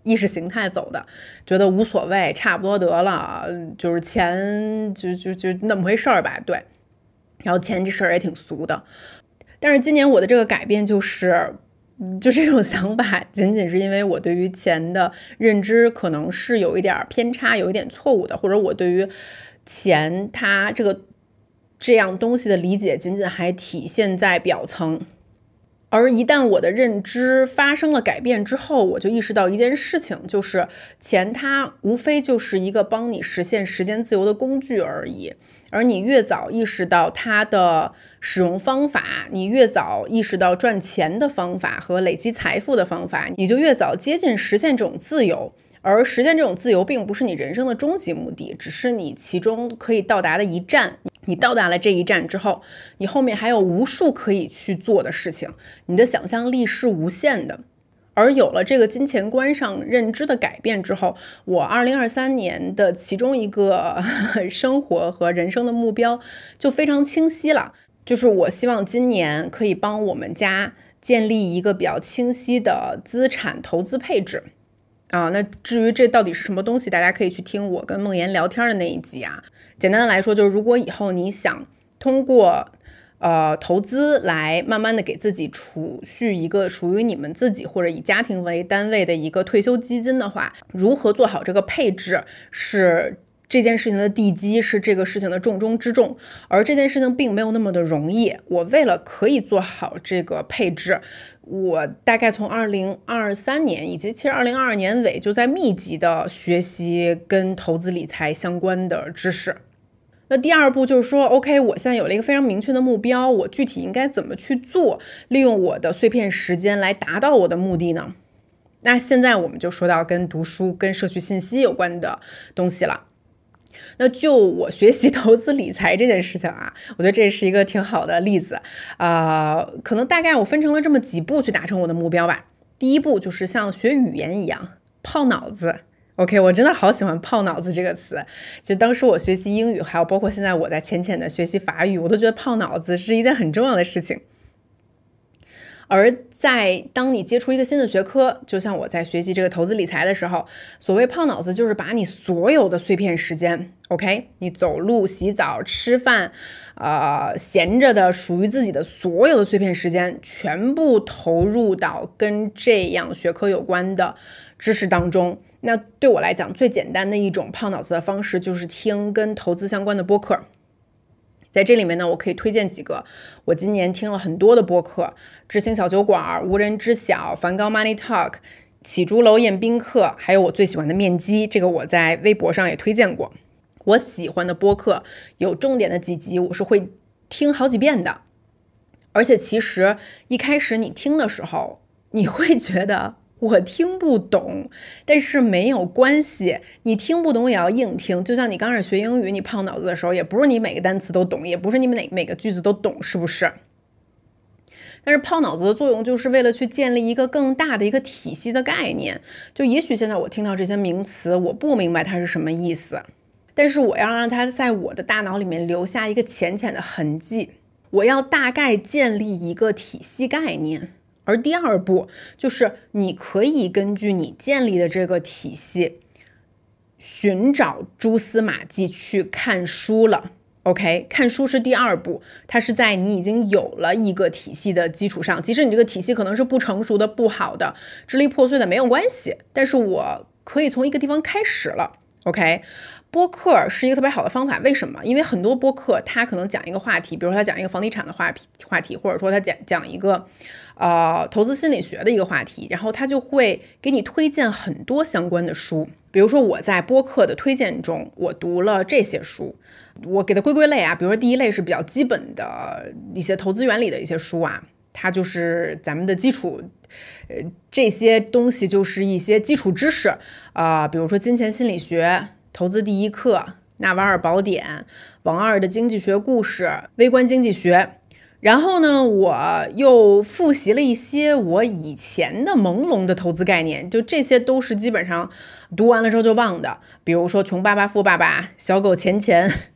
S1: 意识形态走的，觉得无所谓，差不多得了，就是钱就那么回事儿吧，对。然后钱这事儿也挺俗的，但是今年我的这个改变就这种想法，仅仅是因为我对于钱的认知可能是有一点偏差，有一点错误的，或者我对于钱它这样东西的理解仅仅还体现在表层。而一旦我的认知发生了改变之后，我就意识到一件事情，就是钱它无非就是一个帮你实现时间自由的工具而已。而你越早意识到它的使用方法，你越早意识到赚钱的方法和累积财富的方法，你就越早接近实现这种自由。而实现这种自由并不是你人生的终极目的，只是你其中可以到达的一站。你到达了这一站之后，你后面还有无数可以去做的事情，你的想象力是无限的。而有了这个金钱观上认知的改变之后，我2023年的其中一个生活和人生的目标就非常清晰了，就是我希望今年可以帮我们家建立一个比较清晰的资产投资配置。那至于这到底是什么东西，大家可以去听我跟梦妍聊天的那一集啊。简单的来说，就是如果以后你想通过投资来慢慢的给自己储蓄一个属于你们自己或者以家庭为单位的一个退休基金的话，如何做好这个配置是这件事情的地基，是这个事情的重中之重。而这件事情并没有那么的容易，我为了可以做好这个配置，我大概从2023年以及其实2022年尾就在密集的学习跟投资理财相关的知识。那第二步就是说 OK， 我现在有了一个非常明确的目标，我具体应该怎么去做，利用我的碎片时间来达到我的目的呢？那现在我们就说到跟读书跟摄取信息有关的东西了。那就我学习投资理财这件事情啊，我觉得这是一个挺好的例子。可能大概我分成了这么几步去达成我的目标吧。第一步就是像学语言一样泡脑子。OK， 我真的好喜欢泡脑子这个词。就当时我学习英语，还有包括现在我在浅浅的学习法语，我都觉得泡脑子是一件很重要的事情。而在当你接触一个新的学科，就像我在学习这个投资理财的时候，所谓泡脑子就是把你所有的碎片时间 OK， 你走路、洗澡、吃饭闲着的属于自己的所有的碎片时间全部投入到跟这样学科有关的知识当中。那对我来讲最简单的一种泡脑子的方式就是听跟投资相关的播客。在这里面呢，我可以推荐几个我今年听了很多的播客：知行小酒馆、无人知晓、梵高 Money Talk、起朱楼宴宾客，还有我最喜欢的面基，这个我在微博上也推荐过。我喜欢的播客有重点的几集我是会听好几遍的，而且其实一开始你听的时候你会觉得我听不懂，但是没有关系，你听不懂也要硬听。就像你刚开始学英语，你泡脑子的时候，也不是你每个单词都懂，也不是你每个句子都懂，是不是？但是泡脑子的作用就是为了去建立一个更大的一个体系的概念。就也许现在我听到这些名词，我不明白它是什么意思，但是我要让它在我的大脑里面留下一个浅浅的痕迹，我要大概建立一个体系概念。而第二步就是你可以根据你建立的这个体系寻找蛛丝马迹去看书了。 OK， 看书是第二步，它是在你已经有了一个体系的基础上，即使你这个体系可能是不成熟的、不好的、支离破碎的，没有关系，但是我可以从一个地方开始了。 OK， 播客是一个特别好的方法，为什么？因为很多播客他可能讲一个话题，比如说他讲一个房地产的话题，或者说他讲一个投资心理学的一个话题，然后他就会给你推荐很多相关的书。比如说我在播客的推荐中，我读了这些书，我给它归类啊。比如说第一类是比较基本的一些投资原理的一些书啊，它就是咱们的基础，这些东西就是一些基础知识比如说金钱心理学、投资第一课、纳瓦尔宝典、王二的经济学故事、微观经济学。然后呢，我又复习了一些我以前的朦胧的投资概念，就这些都是基本上读完了之后就忘的，比如说穷爸爸富爸爸、小狗钱钱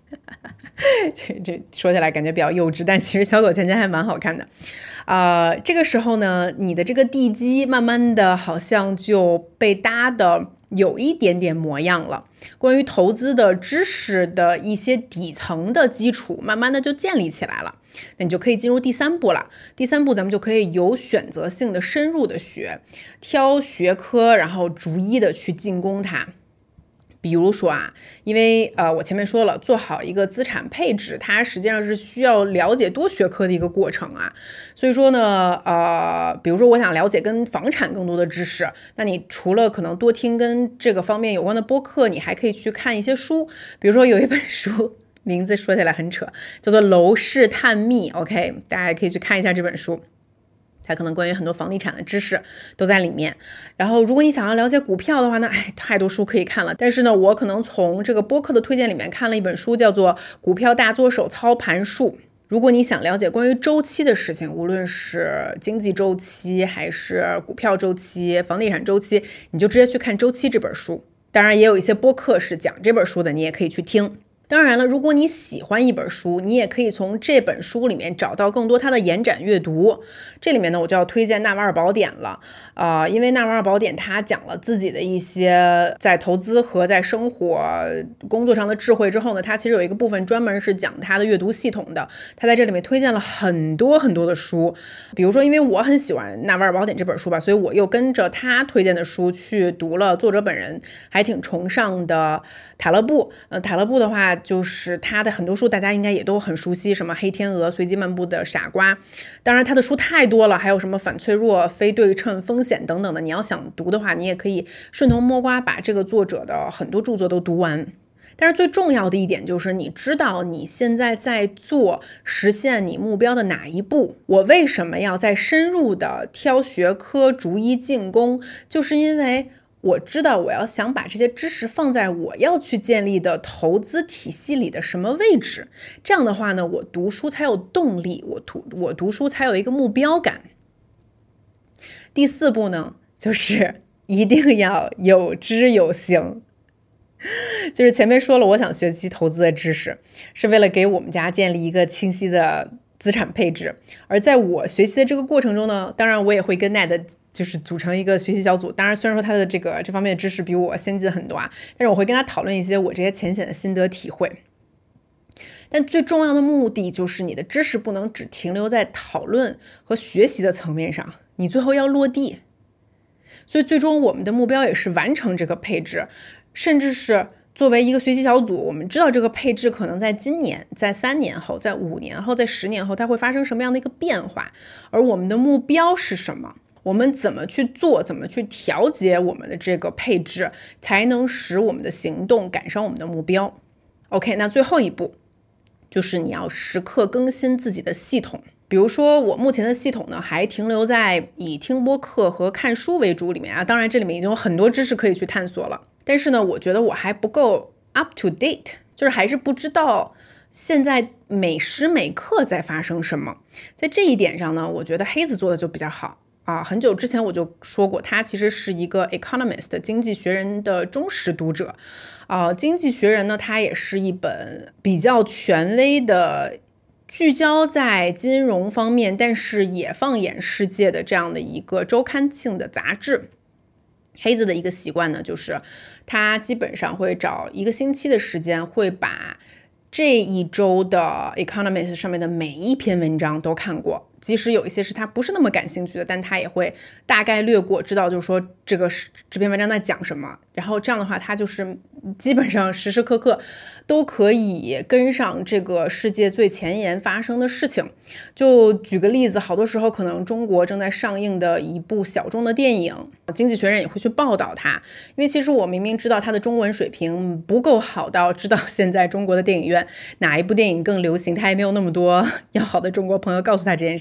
S1: 这说起来感觉比较幼稚，但其实小狗钱钱还蛮好看的。这个时候呢，你的这个地基慢慢的好像就被搭的有一点点模样了。关于投资的知识的一些底层的基础，慢慢的就建立起来了。那你就可以进入第3步了。第3步咱们就可以有选择性的深入的学，挑学科，然后逐一的去进攻它。比如说因为我前面说了，做好一个资产配置，它实际上是需要了解多学科的一个过程所以说呢，比如说我想了解跟房产更多的知识，那你除了可能多听跟这个方面有关的播客，你还可以去看一些书，比如说有一本书。名字说起来很扯，叫做《楼市探秘》。OK， 大家也可以去看一下这本书。它可能关于很多房地产的知识都在里面。然后如果你想要了解股票的话呢，太多书可以看了。但是呢，我可能从这个播客的推荐里面看了一本书，叫做《股票大作手操盘术》。如果你想了解关于周期的事情，无论是经济周期还是股票周期、房地产周期，你就直接去看《周期》这本书。当然也有一些播客是讲这本书的，你也可以去听。当然了，如果你喜欢一本书，你也可以从这本书里面找到更多它的延展阅读。这里面呢，我就要推荐《纳瓦尔宝典》了。因为《纳瓦尔宝典》它讲了自己的一些在投资和在生活工作上的智慧之后呢，它其实有一个部分专门是讲它的阅读系统的。它在这里面推荐了很多很多的书，比如说因为我很喜欢《纳瓦尔宝典》这本书吧，所以我又跟着他推荐的书去读了作者本人还挺崇尚的塔勒布。塔勒布的话，就是他的很多书大家应该也都很熟悉，什么黑天鹅、随机漫步的傻瓜。当然他的书太多了，还有什么反脆弱、非对称、风险等等的，你要想读的话，你也可以顺藤摸瓜把这个作者的很多著作都读完。但是最重要的一点就是你知道你现在在做实现你目标的哪一步。我为什么要再深入的挑学科逐一进攻，就是因为我知道我要想把这些知识放在我要去建立的投资体系里的什么位置。这样的话呢，我读书才有动力，我读书才有一个目标感。第4步呢，就是一定要有知有行。就是前面说了，我想学习投资的知识，是为了给我们家建立一个清晰的资产配置。而在我学习的这个过程中呢，当然我也会跟 Ned 就是组成一个学习小组。当然虽然说他的这方面的知识比我先进很多但是我会跟他讨论一些我这些浅显的心得体会。但最重要的目的就是你的知识不能只停留在讨论和学习的层面上，你最后要落地。所以最终我们的目标也是完成这个配置，甚至是作为一个学习小组，我们知道这个配置可能在今年、在3年后、在5年后、在10年后它会发生什么样的一个变化，而我们的目标是什么，我们怎么去做，怎么去调节我们的这个配置，才能使我们的行动赶上我们的目标。 OK， 那最后一步就是你要时刻更新自己的系统。比如说我目前的系统呢，还停留在以听播客和看书为主里面当然这里面已经有很多知识可以去探索了，但是呢，我觉得我还不够 up to date， 就是还是不知道现在每时每刻在发生什么。在这一点上呢，我觉得黑子做的就比较好很久之前我就说过，他其实是一个 Economist 经济学人的忠实读者经济学人呢，它也是一本比较权威的聚焦在金融方面，但是也放眼世界的这样的一个周刊性的杂志。黑子的一个习惯呢，就是他基本上会找1个星期的时间，会把这一周的 Economist 上面的每一篇文章都看过，即使有一些是他不是那么感兴趣的，但他也会大概略过，知道就是说这篇文章在讲什么。然后这样的话，他就是基本上时时刻刻都可以跟上这个世界最前沿发生的事情。就举个例子，好多时候可能中国正在上映的一部小众的电影，经济学人也会去报道它。因为其实我明明知道它的中文水平不够好到知道现在中国的电影院哪一部电影更流行，他也没有那么多要好的中国朋友告诉他这件事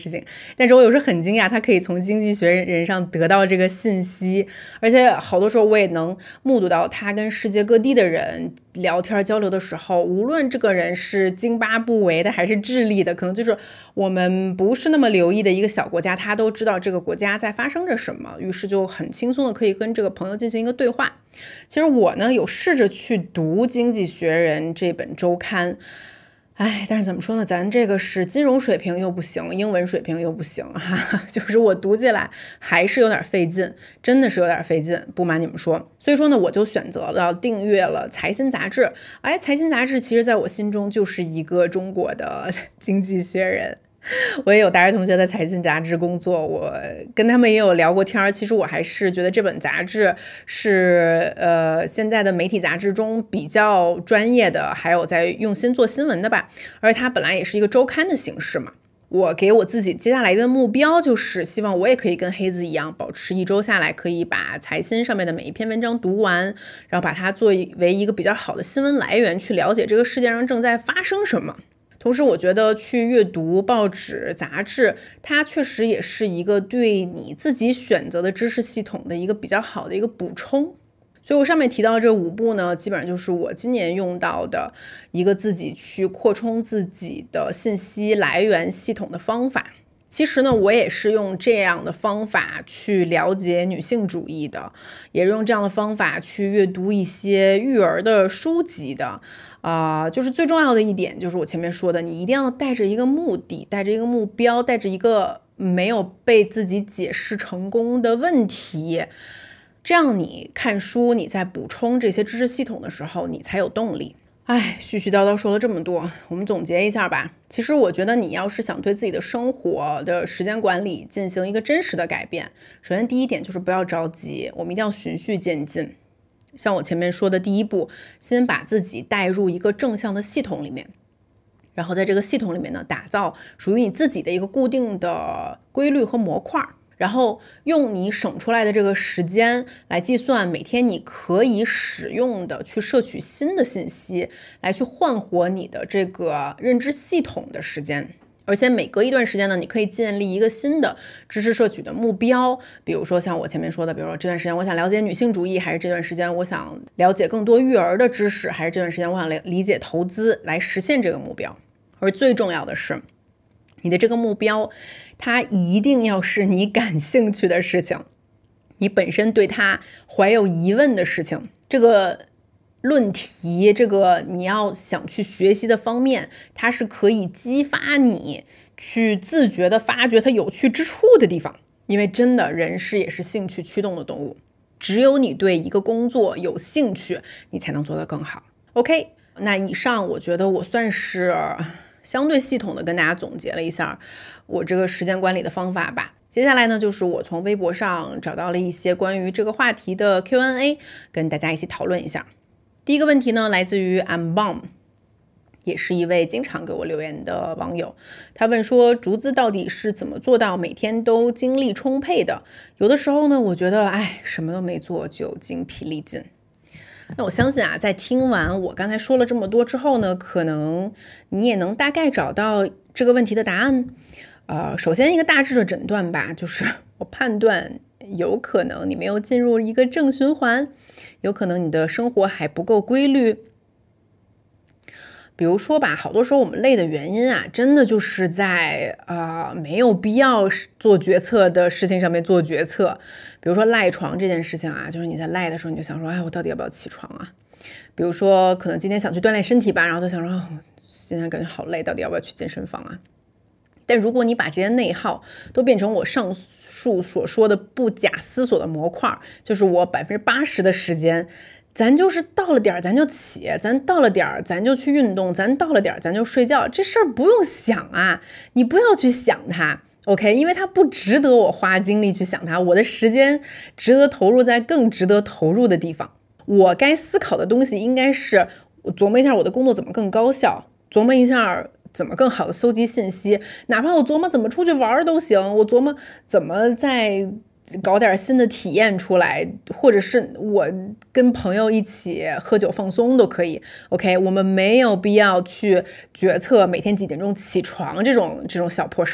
S1: 事情，但是我有时候很惊讶，他可以从经济学人上得到这个信息，而且好多时候我也能目睹到他跟世界各地的人聊天交流的时候，无论这个人是津巴布韦的还是智利的，可能就是我们不是那么留意的一个小国家，他都知道这个国家在发生着什么，于是就很轻松的可以跟这个朋友进行一个对话。其实我呢有试着去读《经济学人》这本周刊，但是怎么说呢，咱这个是金融水平又不行，英文水平又不行就是我读起来还是有点费劲，真的是有点费劲，不瞒你们说。所以说呢，我就选择了订阅了财新杂志。财新杂志其实在我心中就是一个中国的经济学人。我也有大学同学在财经杂志工作，我跟他们也有聊过天。其实我还是觉得这本杂志是现在的媒体杂志中比较专业的，还有在用心做新闻的吧。而且它本来也是一个周刊的形式嘛。我给我自己接下来的目标就是希望我也可以跟黑子一样，保持一周下来可以把财新上面的每一篇文章读完，然后把它作为一个比较好的新闻来源，去了解这个世界上正在发生什么。同时我觉得去阅读报纸杂志，它确实也是一个对你自己选择的知识系统的一个比较好的一个补充。所以我上面提到这5步呢，基本上就是我今年用到的一个自己去扩充自己的信息来源系统的方法。其实呢，我也是用这样的方法去了解女性主义的，也是用这样的方法去阅读一些育儿的书籍的。就是最重要的一点就是我前面说的，你一定要带着一个目的，带着一个目标，带着一个没有被自己解释成功的问题，这样你看书，你在补充这些知识系统的时候，你才有动力。絮絮叨叨说了这么多，我们总结一下吧。其实我觉得你要是想对自己的生活的时间管理进行一个真实的改变，首先第一点就是不要着急，我们一定要循序渐进。像我前面说的第一步，先把自己带入一个正向的系统里面，然后在这个系统里面呢，打造属于你自己的一个固定的规律和模块，然后用你省出来的这个时间来计算每天你可以使用的去摄取新的信息，来去换活你的这个认知系统的时间。而且每隔一段时间呢，你可以建立一个新的知识摄取的目标，比如说像我前面说的，比如说这段时间我想了解女性主义，还是这段时间我想了解更多育儿的知识，还是这段时间我想理解投资，来实现这个目标。而最重要的是，你的这个目标它一定要是你感兴趣的事情，你本身对它怀有疑问的事情，这个论题，这个你要想去学习的方面，它是可以激发你去自觉的发掘它有趣之处的地方。因为真的人是也是兴趣驱动的动物，只有你对一个工作有兴趣，你才能做得更好。 OK， 那以上我觉得我算是相对系统的跟大家总结了一下我这个时间管理的方法吧。接下来呢，就是我从微博上找到了一些关于这个话题的 Q&A， 跟大家一起讨论一下。第一个问题呢，来自于 I'm Bomb， 也是一位经常给我留言的网友。他问说，竹子到底是怎么做到每天都精力充沛的？有的时候呢，我觉得什么都没做就精疲力尽。那我相信在听完我刚才说了这么多之后呢，可能你也能大概找到这个问题的答案。首先一个大致的诊断吧，就是我判断有可能你没有进入一个正循环，有可能你的生活还不够规律。比如说吧，好多时候我们累的原因真的就是在没有必要做决策的事情上面做决策。比如说赖床这件事情就是你在赖的时候，你就想说，我到底要不要起床啊？比如说可能今天想去锻炼身体吧，然后就想说，现在感觉好累，到底要不要去健身房啊？但如果你把这些内耗都变成我上述所说的不假思索的模块，就是我80%的时间，咱就是到了点咱就起，咱到了点咱就去运动，咱到了点咱就睡觉，这事儿不用想你不要去想它 OK， 因为它不值得我花精力去想它，我的时间值得投入在更值得投入的地方。我该思考的东西应该是我琢磨一下我的工作怎么更高效，琢磨一下怎么更好的搜集信息，哪怕我琢磨怎么出去玩都行，我琢磨怎么再搞点新的体验出来，或者是我跟朋友一起喝酒放松都可以 OK， 我们没有必要去决策每天几点钟起床这种小破事儿。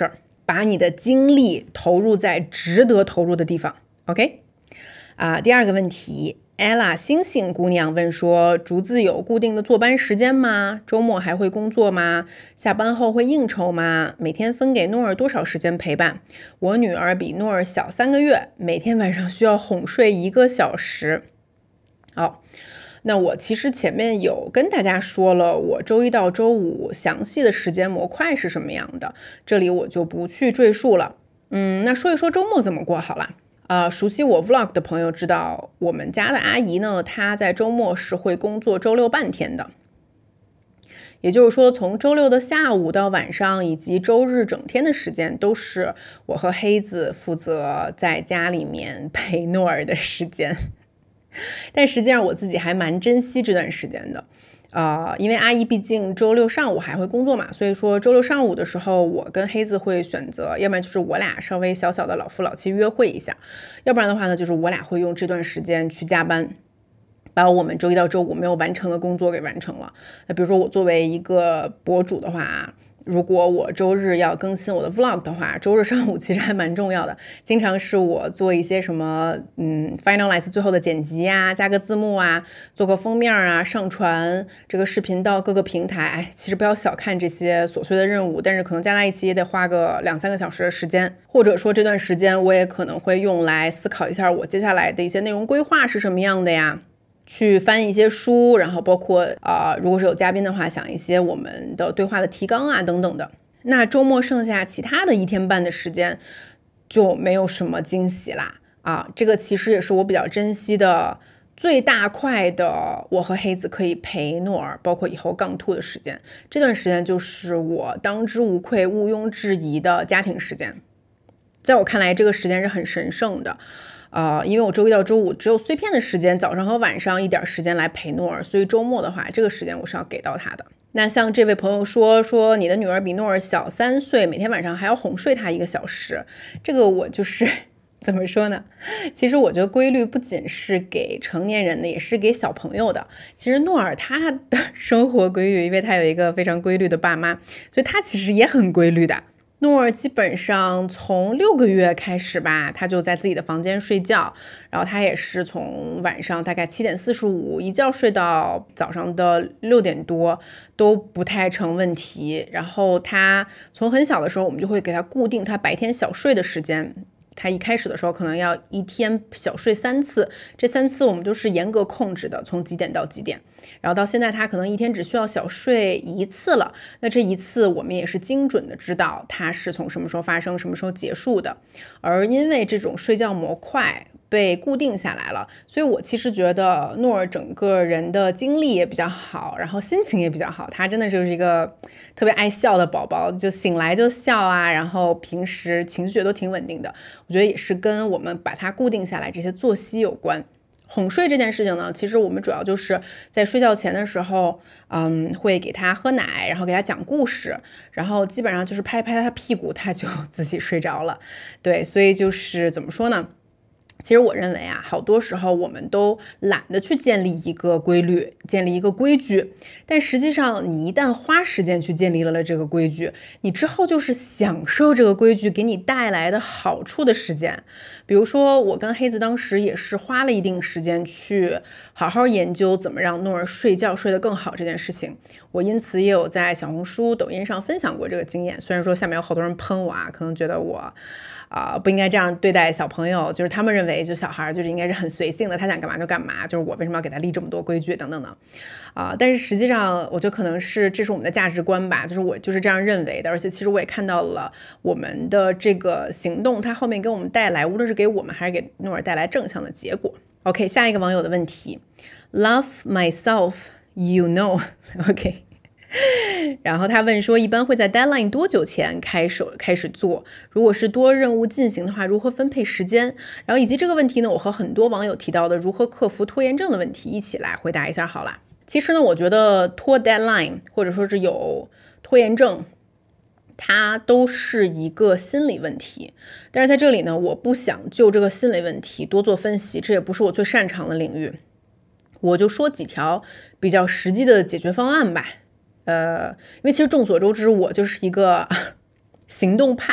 S1: 把你的精力投入在值得投入的地方。 OK，第二个问题，Ella 星星姑娘问说，竹子有固定的坐班时间吗？周末还会工作吗？下班后会应酬吗？每天分给诺尔多少时间陪伴？我女儿比诺尔小3个月，每天晚上需要哄睡1个小时。好，那我其实前面有跟大家说了，我周一到周五详细的时间模块是什么样的，这里我就不去赘述了。那说一说周末怎么过好了。熟悉我 vlog 的朋友知道，我们家的阿姨呢，她在周末是会工作周六半天的。也就是说，从周六的下午到晚上，以及周日整天的时间，都是我和黑子负责在家里面陪诺尔的时间。但实际上我自己还蛮珍惜这段时间的。因为阿姨毕竟周六上午还会工作嘛，所以说周六上午的时候，我跟黑子会选择，要不然就是我俩稍微小小的老夫老妻约会一下，要不然的话呢，就是我俩会用这段时间去加班，把我们周一到周五没有完成的工作给完成了。那比如说我作为一个博主的话，如果我周日要更新我的 vlog 的话，周日上午其实还蛮重要的，经常是我做一些什么finalize 最后的剪辑啊，加个字幕啊，做个封面啊，上传这个视频到各个平台。其实不要小看这些琐碎的任务，但是可能加在一起也得花个2-3个小时的时间，或者说这段时间我也可能会用来思考一下我接下来的一些内容规划是什么样的呀，去翻一些书，然后包括如果是有嘉宾的话，想一些我们的对话的提纲啊等等的。那周末剩下其他的1天半的时间就没有什么惊喜啦。这个其实也是我比较珍惜的最大块的，我和黑子可以陪诺尔，包括以后杠兔的时间。这段时间就是我当之无愧、毋庸置疑的家庭时间。在我看来，这个时间是很神圣的。因为我周一到周五只有碎片的时间，早上和晚上一点时间来陪诺尔，所以周末的话，这个时间我是要给到他的。那像这位朋友说你的女儿比诺尔小3岁，每天晚上还要哄睡她1个小时，这个我就是怎么说呢？其实我觉得规律不仅是给成年人的，也是给小朋友的。其实诺尔他的生活规律，因为他有一个非常规律的爸妈，所以他其实也很规律的。诺尔基本上从6个月开始吧，他就在自己的房间睡觉，然后他也是从晚上大概7点45一觉睡到早上的6点多都不太成问题。然后他从很小的时候，我们就会给他固定他白天小睡的时间。他一开始的时候可能要1天小睡3次，这3次我们都是严格控制的，从几点到几点。然后到现在他可能1天只需要小睡1次了，那这1次我们也是精准的知道他是从什么时候发生，什么时候结束的。而因为这种睡觉模块被固定下来了，所以我其实觉得诺尔整个人的精力也比较好，然后心情也比较好。他真的就是一个特别爱笑的宝宝，就醒来就笑啊，然后平时情绪也都挺稳定的。我觉得也是跟我们把它固定下来这些作息有关。哄睡这件事情呢，其实我们主要就是在睡觉前的时候，会给他喝奶，然后给他讲故事，然后基本上就是拍拍他屁股，他就自己睡着了。对，所以就是怎么说呢？其实我认为好多时候我们都懒得去建立一个规律，建立一个规矩，但实际上你一旦花时间去建立了这个规矩，你之后就是享受这个规矩给你带来的好处的时间。比如说我跟黑子当时也是花了一定时间去好好研究怎么让诺尔睡觉睡得更好这件事情，我因此也有在小红书、抖音上分享过这个经验。虽然说下面有好多人喷我可能觉得我不应该这样对待小朋友，就是他们认为就小孩就是应该是很随性的，他想干嘛就干嘛，就是我为什么要给他立这么多规矩等等的但是实际上我觉得可能是这是我们的价值观吧，就是我就是这样认为的。而且其实我也看到了我们的这个行动，它后面给我们带来，无论是给我们还是给诺尔带来正向的结果。OK， 下一个网友的问题 Love myself you know OK，然后他问说，一般会在 deadline 多久前开始做？如果是多任务进行的话，如何分配时间？然后以及这个问题呢，我和很多网友提到的如何克服拖延症的问题一起来回答一下好了。其实呢，我觉得拖 deadline 或者说是有拖延症，它都是一个心理问题。但是在这里呢，我不想就这个心理问题多做分析，这也不是我最擅长的领域。我就说几条比较实际的解决方案吧。因为其实众所周知，我就是一个行动派，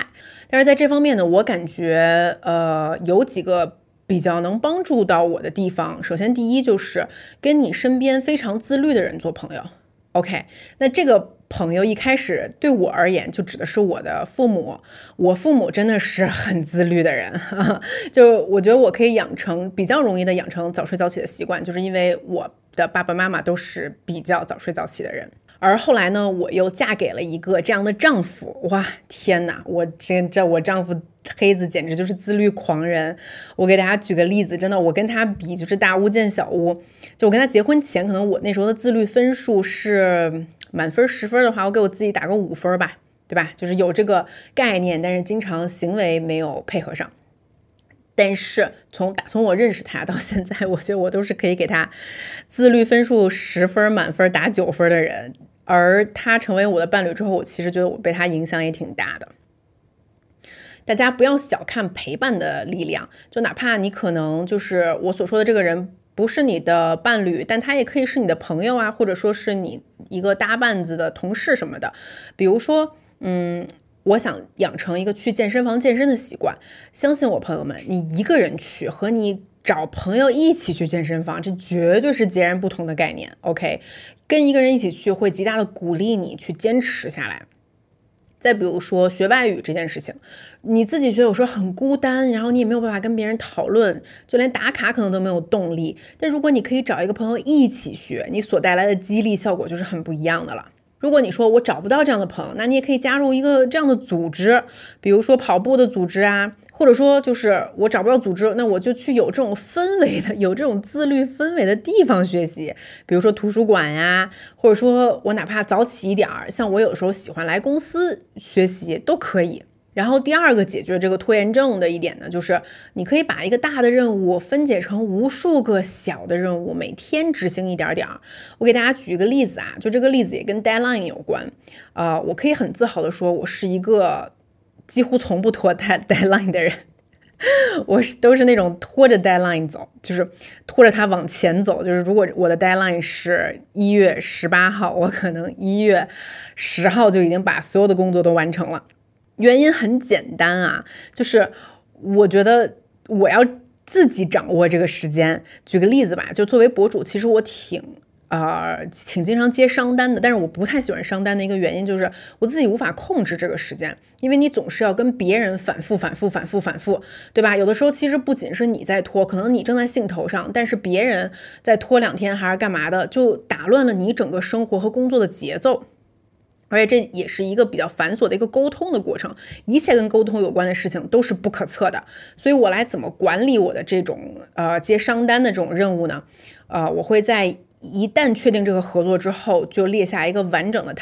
S1: 但是在这方面呢，我感觉有几个比较能帮助到我的地方。首先第一就是跟你身边非常自律的人做朋友。OK， 那这个朋友一开始对我而言就指的是我的父母，我父母真的是很自律的人，就我觉得我可以比较容易的养成早睡早起的习惯，就是因为我的爸爸妈妈都是比较早睡早起的人。而后来呢，我又嫁给了一个这样的丈夫，哇，天哪，我丈夫黑子简直就是自律狂人。我给大家举个例子，真的，我跟他比就是大巫见小巫。就我跟他结婚前，可能我那时候的自律分数是满分10分的话，我给我自己打个5分吧，对吧？就是有这个概念，但是经常行为没有配合上。但是打从我认识他到现在，我觉得我都是可以给他自律分数10分满分打9分的人。而他成为我的伴侣之后，我其实觉得我被他影响也挺大的。大家不要小看陪伴的力量，就哪怕你可能就是我所说的这个人不是你的伴侣，但他也可以是你的朋友啊，或者说是你一个搭伴子的同事什么的。比如说，我想养成一个去健身房健身的习惯，相信我朋友们，你一个人去和你找朋友一起去健身房，这绝对是截然不同的概念。OK， 跟一个人一起去会极大的鼓励你去坚持下来。再比如说学外语这件事情，你自己觉得有时候很孤单，然后你也没有办法跟别人讨论，就连打卡可能都没有动力。但如果你可以找一个朋友一起学，你所带来的激励效果就是很不一样的了。如果你说我找不到这样的朋友，那你也可以加入一个这样的组织，比如说跑步的组织啊，或者说就是我找不到组织，那我就去有这种氛围的、有这种自律氛围的地方学习，比如说图书馆呀，或者说我哪怕早起一点，像我有时候喜欢来公司学习都可以。然后第二个解决这个拖延症的一点呢，就是你可以把一个大的任务分解成无数个小的任务，每天执行一点点。我给大家举一个例子啊，就这个例子也跟 deadline 有关。我可以很自豪的说，我是一个几乎从不拖 deadline 的人。我都是那种拖着 deadline 走，就是拖着它往前走。就是如果我的 deadline 是1月18号，我可能1月10号就已经把所有的工作都完成了。原因很简单啊，就是我觉得我要自己掌握这个时间。举个例子吧，就作为博主，其实我挺经常接商单的，但是我不太喜欢商单的一个原因就是我自己无法控制这个时间，因为你总是要跟别人反复，对吧？有的时候其实不仅是你在拖，可能你正在兴头上，但是别人在拖2天还是干嘛的，就打乱了你整个生活和工作的节奏。而且这也是一个比较繁琐的一个沟通的过程，一切跟沟通有关的事情都是不可测的。所以我来怎么管理我的这种接商单的这种任务呢？我会在一旦确定这个合作之后，就列下一个完整的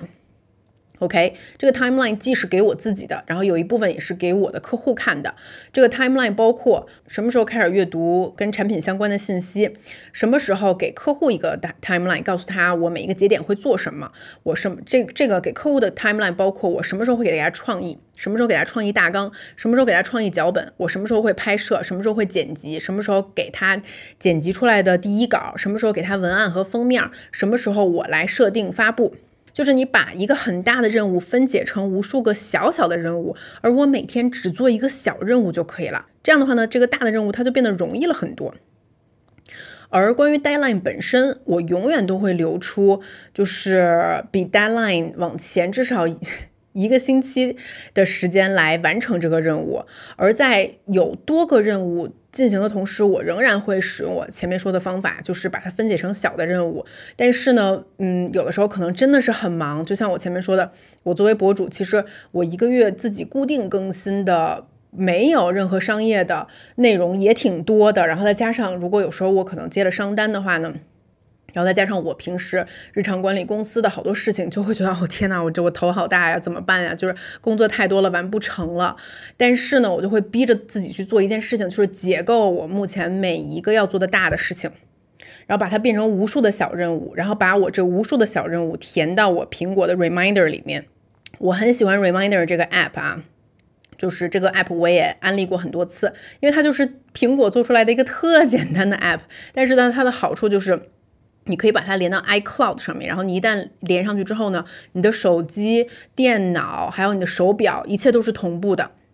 S1: timeline。OK， 这个 timeline 既是给我自己的，然后有一部分也是给我的客户看的。这个 timeline 包括什么时候开始阅读跟产品相关的信息，什么时候给客户一个 timeline， 告诉他我每一个节点会做什么。这个给客户的 timeline 包括我什么时候会给大家创意，什么时候给他创意大纲，什么时候给他创意脚本，我什么时候会拍摄，什么时候会剪辑，什么时候给他剪辑出来的第一稿，什么时候给他文案和封面，什么时候我来设定发布。就是你把一个很大的任务分解成无数个小小的任务，而我每天只做一个小任务就可以了。这样的话呢，这个大的任务它就变得容易了很多。而关于 deadline 本身，我永远都会留出就是比 deadline 往前至少1个星期的时间来完成这个任务。而在有多个任务进行的同时，我仍然会使用我前面说的方法，就是把它分解成小的任务。但是呢，有的时候可能真的是很忙，就像我前面说的，我作为博主，其实我1个月自己固定更新的没有任何商业的内容也挺多的，然后再加上如果有时候我可能接了商单的话呢，然后再加上我平时日常管理公司的好多事情，就会觉得天哪，我头好大呀，怎么办呀？就是工作太多了，完不成了。但是呢，我就会逼着自己去做一件事情，就是解构我目前每一个要做的大的事情，然后把它变成无数的小任务，然后把我这无数的小任务填到我苹果的 Reminder 里面。我很喜欢 Reminder 这个 app 啊。就是这个 app 我也安利过很多次，因为它就是苹果做出来的一个特简单的 app， 但是呢，它的好处就是你可以把它连到 iCloud 上面，然后你一旦连上去之后呢，你的手机、电脑还有你的手表，一切都是同步的。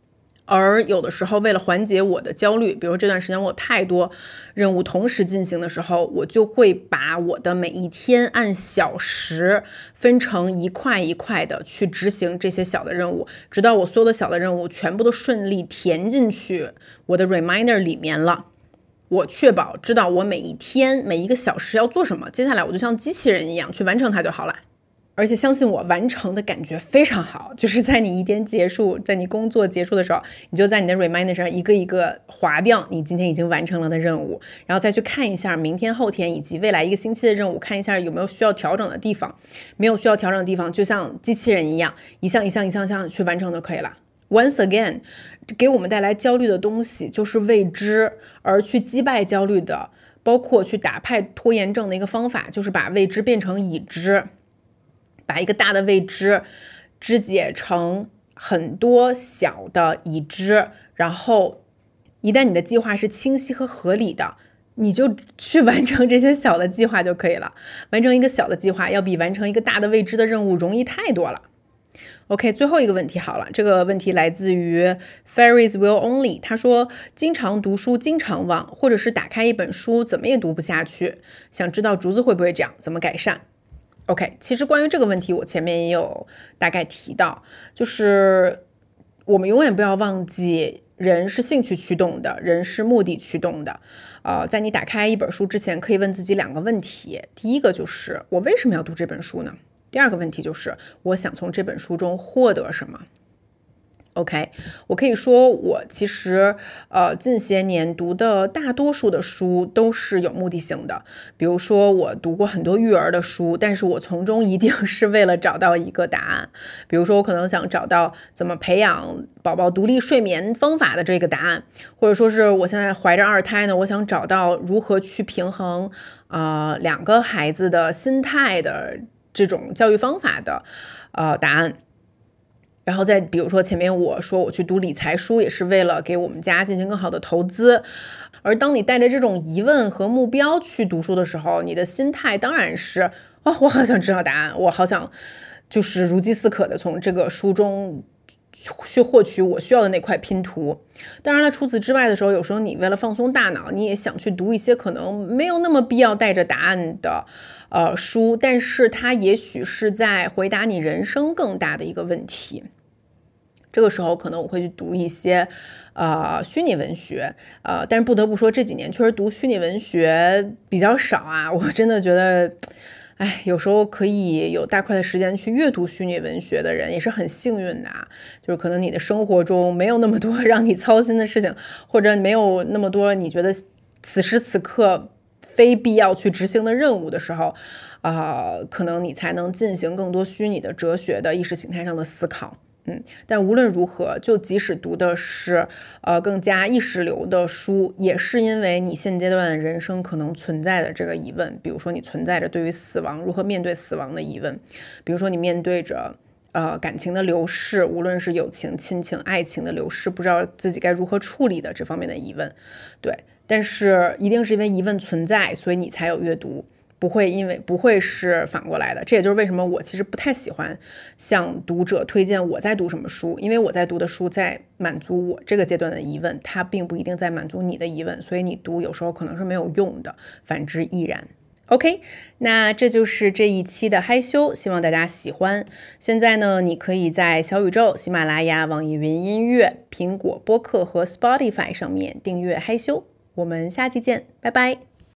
S1: 而有的时候为了缓解我的焦虑，比如这段时间我有太多任务同时进行的时候，我就会把我的每一天按小时分成一块一块的去执行这些小的任务，直到我所有的小的任务全部都顺利填进去我的 reminder 里面了，我确保知道我每一天每一个小时要做什么，接下来我就像机器人一样去完成它就好了。而且相信我，完成的感觉非常好，就是在你一天结束，在你工作结束的时候，你就在你的 reminder 上一个一个划掉你今天已经完成了的任务，然后再去看一下明天、后天以及未来一个星期的任务，看一下有没有需要调整的地方，没有需要调整的地方，就像机器人一样，一项一项一项一项去完成就可以了。Once again， 给我们带来焦虑的东西就是未知，而去击败焦虑的，包括去打败拖延症的一个方法，就是把未知变成已知。把一个大的未知肢解成很多小的已知，然后一旦你的计划是清晰和合理的，你就去完成这些小的计划就可以了。完成一个小的计划要比完成一个大的未知的任务容易太多了。OK， 最后一个问题好了，这个问题来自于 Fairies Will Only， 他说经常读书经常忘，或者是打开一本书怎么也读不下去，想知道竹子会不会这样，怎么改善？OK， 其实关于这个问题，我前面也有大概提到，就是我们永远不要忘记，人是兴趣驱动的，人是目的驱动的。在你打开一本书之前，可以问自己2个问题。第一个就是我为什么要读这本书呢？第2个问题就是我想从这本书中获得什么。OK， 我可以说我其实近些年读的大多数的书都是有目的性的，比如说我读过很多育儿的书，但是我从中一定是为了找到一个答案，比如说我可能想找到怎么培养宝宝独立睡眠方法的这个答案，或者说是我现在怀着2胎呢，我想找到如何去平衡2个孩子的心态的这种教育方法的答案。然后再比如说前面我说我去读理财书也是为了给我们家进行更好的投资，而当你带着这种疑问和目标去读书的时候，你的心态当然是我好想知道答案，我好想就是如饥似渴的从这个书中去获取我需要的那块拼图。当然了，除此之外的时候，有时候你为了放松大脑，你也想去读一些可能没有那么必要带着答案的书，但是它也许是在回答你人生更大的一个问题。这个时候可能我会去读一些虚拟文学，但是不得不说这几年确实读虚拟文学比较少啊，我真的觉得有时候可以有大块的时间去阅读虚拟文学的人也是很幸运的啊，就是可能你的生活中没有那么多让你操心的事情，或者没有那么多你觉得此时此刻非必要去执行的任务的时候，可能你才能进行更多虚拟的哲学的意识形态上的思考。但无论如何，就即使读的是更加意识流的书，也是因为你现阶段人生可能存在的这个疑问，比如说你存在着对于死亡如何面对死亡的疑问，比如说你面对着感情的流逝，无论是友情、亲情、爱情的流逝，不知道自己该如何处理的这方面的疑问。对，但是一定是因为疑问存在，所以你才有阅读。不会是反过来的，这也就是为什么我其实不太喜欢向读者推荐我在读什么书，因为我在读的书在满足我这个阶段的疑问，它并不一定在满足你的疑问，所以你读有时候可能是没有用的，反之亦然。OK， 那这就是这一期的嗨修，希望大家喜欢。现在呢，你可以在小宇宙、喜马拉雅、网易云音乐、苹果播客和 Spotify 上面订阅嗨修。我们下期见，拜拜。